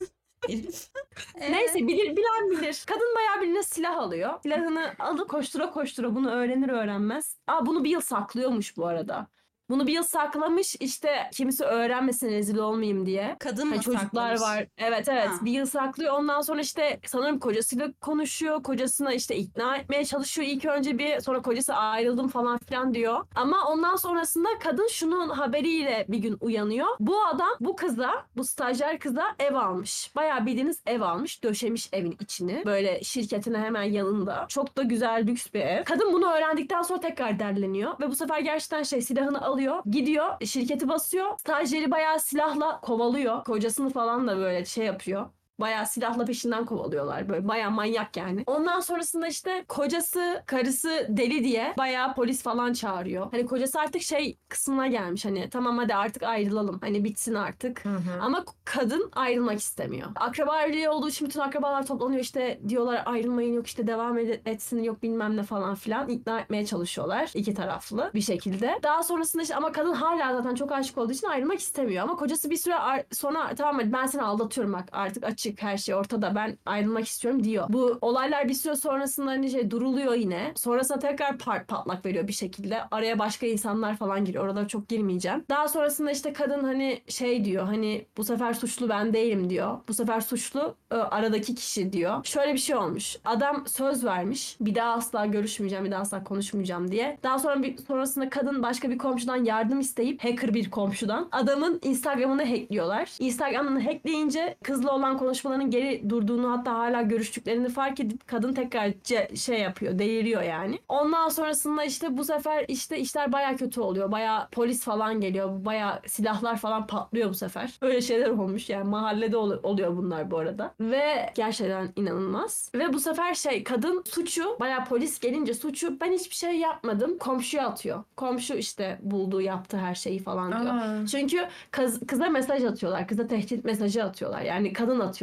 S1: Elif. Ee,
S2: Neyse bilir, bilen bilir. Kadın bayağı birine silah alıyor. Silahını alıp koştura koştura bunu öğrenir öğrenmez. Aa bunu bir yıl saklıyormuş bu arada. Bunu bir yıl saklamış işte kimse öğrenmesin rezil olmayayım diye.
S1: Kadın mı
S2: Hani çocuklar
S1: saklamış?
S2: var. Evet evet
S1: Ha.
S2: bir yıl saklıyor. Ondan sonra işte sanırım kocasıyla konuşuyor. Kocasına işte ikna etmeye çalışıyor ilk önce bir. Sonra kocası ayrıldım falan filan diyor. Ama ondan sonrasında kadın şunun haberiyle bir gün uyanıyor. Bu adam bu kıza, bu stajyer kıza ev almış. Bayağı bildiğiniz ev almış. Döşemiş evin içini. Böyle şirketine hemen yanında. Çok da güzel lüks bir ev. Kadın bunu öğrendikten sonra tekrar derleniyor. Ve bu sefer gerçekten şey silahını alıyor. Gidiyor şirketi basıyor. Stajyeri bayağı silahla kovalıyor. Kocasını falan da böyle şey yapıyor. Bayağı silahla peşinden kovalıyorlar. Böyle bayağı manyak yani. Ondan sonrasında işte kocası, karısı deli diye bayağı polis falan çağırıyor. Hani kocası artık şey kısmına gelmiş. Hani tamam hadi artık ayrılalım. Hani bitsin artık.
S3: Hı hı.
S2: Ama kadın ayrılmak istemiyor. Akraba evliliği olduğu için bütün akrabalar toplanıyor işte diyorlar ayrılmayın yok işte devam ed- etsin yok bilmem ne falan filan ikna etmeye çalışıyorlar iki taraflı bir şekilde. Daha sonrasında işte ama kadın hala zaten çok aşık olduğu için ayrılmak istemiyor ama kocası bir süre ar- sonra tamam hadi ben seni aldatıyorum bak artık açık her şey ortada ben ayrılmak istiyorum diyor. Bu olaylar bir süre sonrasında hani şey duruluyor yine. Sonrasında tekrar part patlak veriyor bir şekilde. Araya başka insanlar falan giriyor. Oralara çok girmeyeceğim. Daha sonrasında işte kadın hani şey diyor hani bu sefer suçlu ben değilim diyor. Bu sefer suçlu e, aradaki kişi diyor. Şöyle bir şey olmuş. Adam söz vermiş. Bir daha asla görüşmeyeceğim, bir daha asla konuşmayacağım diye. Daha sonra bir sonrasında kadın başka bir komşudan yardım isteyip hacker bir komşudan adamın Instagram'ını hackliyorlar. Instagram'ını hackleyince kızla olan konuşmalarının geri durduğunu hatta hala görüştüklerini fark edip kadın tekrar ce- şey yapıyor, deliriyor yani. Ondan sonrasında işte bu sefer işte işler baya kötü oluyor. Baya polis falan geliyor. Baya silahlar falan patlıyor bu sefer. Öyle şeyler olmuş yani mahallede ol- oluyor bunlar bu arada. Ve gerçekten inanılmaz. Ve bu sefer şey kadın suçu baya polis gelince suçu ben hiçbir şey yapmadım komşuya atıyor. Komşu işte buldu yaptı her şeyi falan diyor.
S3: Aa.
S2: Çünkü kız, kıza mesaj atıyorlar. Kıza tehdit mesajı atıyorlar. Yani kadın atıyor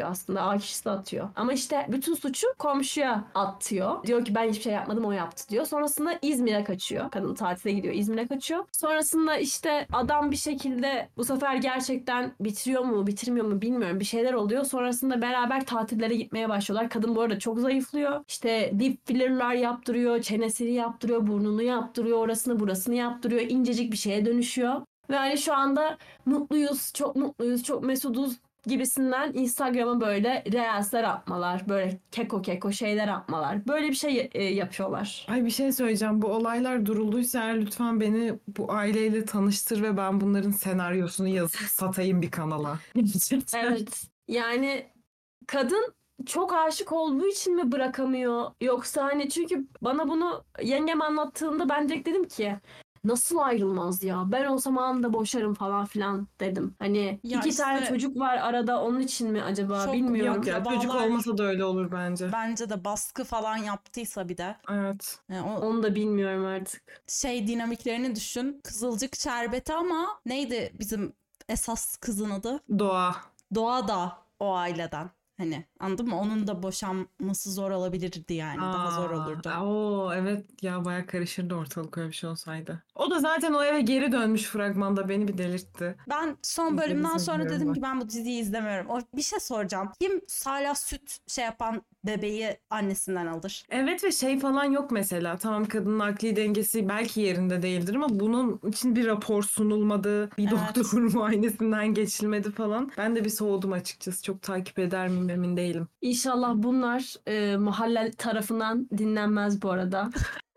S2: atıyor aslında. A kişisi atıyor. Ama işte bütün suçu komşuya atıyor. Diyor ki ben hiçbir şey yapmadım, o yaptı diyor. Sonrasında İzmir'e kaçıyor. Kadın tatile gidiyor, İzmir'e kaçıyor. Sonrasında işte adam bir şekilde bu sefer gerçekten bitiriyor mu bitirmiyor mu bilmiyorum, bir şeyler oluyor. Sonrasında beraber tatillere gitmeye başlıyorlar. Kadın bu arada çok zayıflıyor. İşte deep filler'lar yaptırıyor, çenesini yaptırıyor, burnunu yaptırıyor, orasını burasını yaptırıyor. İncecik bir şeye dönüşüyor. Ve hani şu anda mutluyuz, çok mutluyuz, çok mesuduz gibisinden Instagram'a böyle reelsler atmalar, böyle keko keko şeyler atmalar. Böyle bir şey e, yapıyorlar.
S3: Ay bir şey söyleyeceğim. Bu olaylar durulduysa eğer lütfen beni bu aileyle tanıştır ve ben bunların senaryosunu yazıp satayım bir kanala. Gerçekten.
S2: Evet. Yani kadın çok aşık olduğu için mi bırakamıyor? Yoksa hani, çünkü bana bunu yengem anlattığında ben direkt dedim ki nasıl ayrılmaz ya? Ben olsam anında boşarım falan filan dedim. Hani
S1: Ya
S2: iki
S1: işte-
S2: tane çocuk var arada, onun için mi acaba
S1: Çok-
S2: bilmiyorum.
S3: Yok ya,
S1: Akrabalar-
S3: çocuk olmasa da öyle olur bence.
S1: Bence de baskı falan yaptıysa bir de.
S3: Evet.
S1: Yani o
S2: Onu da bilmiyorum artık.
S1: şey dinamiklerini düşün. Kızılcık şerbeti ama neydi bizim esas kızın adı?
S3: Doğa.
S1: Doğa da o aileden. Hani anladın mı? Onun da boşanması zor olabilirdi yani. Daha zor
S3: Aa,
S1: olurdu.
S3: Oo evet ya, baya karışırdı ortalık öyle bir şey olsaydı. O da zaten o eve geri dönmüş fragmanda, beni bir delirtti.
S1: Ben son
S3: İzleriz,
S1: bölümden sonra
S3: izliyorum
S1: dedim
S3: ben.
S1: ki ben bu diziyi izlemiyorum. O, bir şey soracağım. Kim hala süt şey yapan bebeği annesinden alır?
S3: Evet ve şey falan yok mesela. Tamam, kadının akli dengesi belki yerinde değildir ama bunun için bir rapor sunulmadı. Bir
S1: Evet.
S3: doktor muayenesinden geçilmedi falan. Ben de bir soğudum açıkçası. Çok takip eder miyim emin değilim.
S2: İnşallah bunlar e, mahalle tarafından dinlenmez bu arada.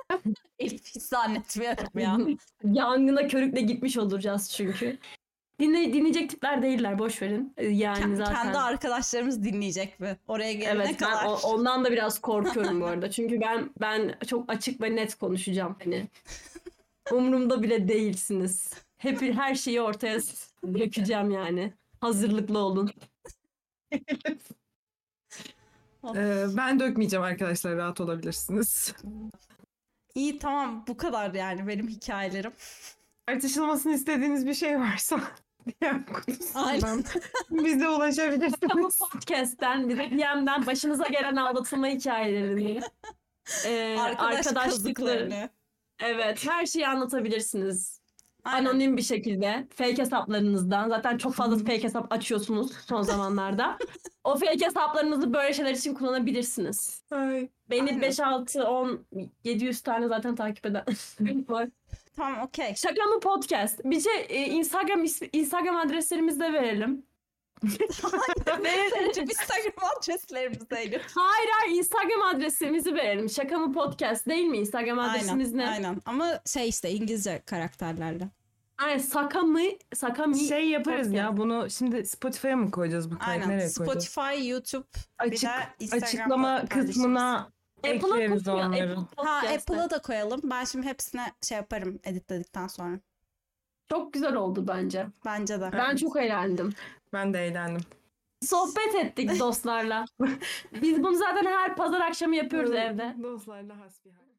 S1: Elif hiç zannetmiyorum ya.
S2: Yangına körükle gitmiş olacağız çünkü. Dinle, dinleyecek tipler değiller, boş verin. E, Yani
S1: Kendi,
S2: zaten.
S1: kendi arkadaşlarımız dinleyecek mi? Oraya gelene
S2: Evet, ben
S1: kadar.
S2: o- ondan da biraz korkuyorum bu arada. Çünkü ben ben çok açık ve net konuşacağım hani. Umurumda bile değilsiniz. Hep her şeyi ortaya dökeceğim yani. Hazırlıklı olun.
S3: Ee, ben dökmeyeceğim arkadaşlar, rahat olabilirsiniz.
S1: İyi tamam, bu kadar yani benim hikayelerim.
S3: Tartışılmasını istediğiniz bir şey varsa diğer kutusundan
S1: Aynen.
S3: bize
S2: Bu
S3: ulaşabilirsiniz.
S2: podcast'ten, bize D M'den başınıza gelen aldatılma hikayelerini, e,
S1: Arkadaş
S2: arkadaşlıkları,
S1: kazıklarını.
S2: evet, her şeyi anlatabilirsiniz.
S1: Aynen.
S2: Anonim bir şekilde fake hesaplarınızdan, zaten çok fazla fake hesap açıyorsunuz son zamanlarda. O fake hesaplarınızı böyle şeyler için kullanabilirsiniz.
S3: Ay.
S2: Beni
S1: Aynen.
S2: beş altı on yedi yüz tane zaten takip eden var.
S1: Tamam okey.
S2: Şaka mı podcast? Bir şey e, Instagram ismi- Instagram adreslerimizi de verelim.
S1: Verelim Instagram adreslerimizi Elif.
S2: Hayır hayır, Instagram adresimizi verelim. Şaka mı podcast değil mi? Instagram adresimiz
S1: Aynen,
S2: ne?
S1: aynen. Ama şey işte İngilizce karakterlerle.
S2: Aynen, Saka mı? Saka mı?
S3: Şey yaparız
S2: Podcast.
S3: ya, bunu şimdi Spotify'a mı koyacağız bu kaydı?
S1: Aynen.
S3: Nereye koyacağız?
S1: Spotify, YouTube, bir
S3: Açık,
S1: de Instagram
S3: açıklama
S1: paylaşırız.
S3: kısmına
S2: Apple'a
S3: ekleriz
S2: koyuyor,
S3: onları.
S2: Apple
S1: Ha
S2: Podcast'te.
S1: Apple'a da koyalım. Ben şimdi hepsine şey yaparım editledikten sonra.
S2: Çok güzel oldu bence.
S1: Bence de.
S2: Ben çok eğlendim.
S3: Ben de eğlendim.
S2: Sohbet ettik dostlarla. Biz bunu zaten her pazar akşamı yapıyoruz evde.
S3: Dostlarla hasbihal.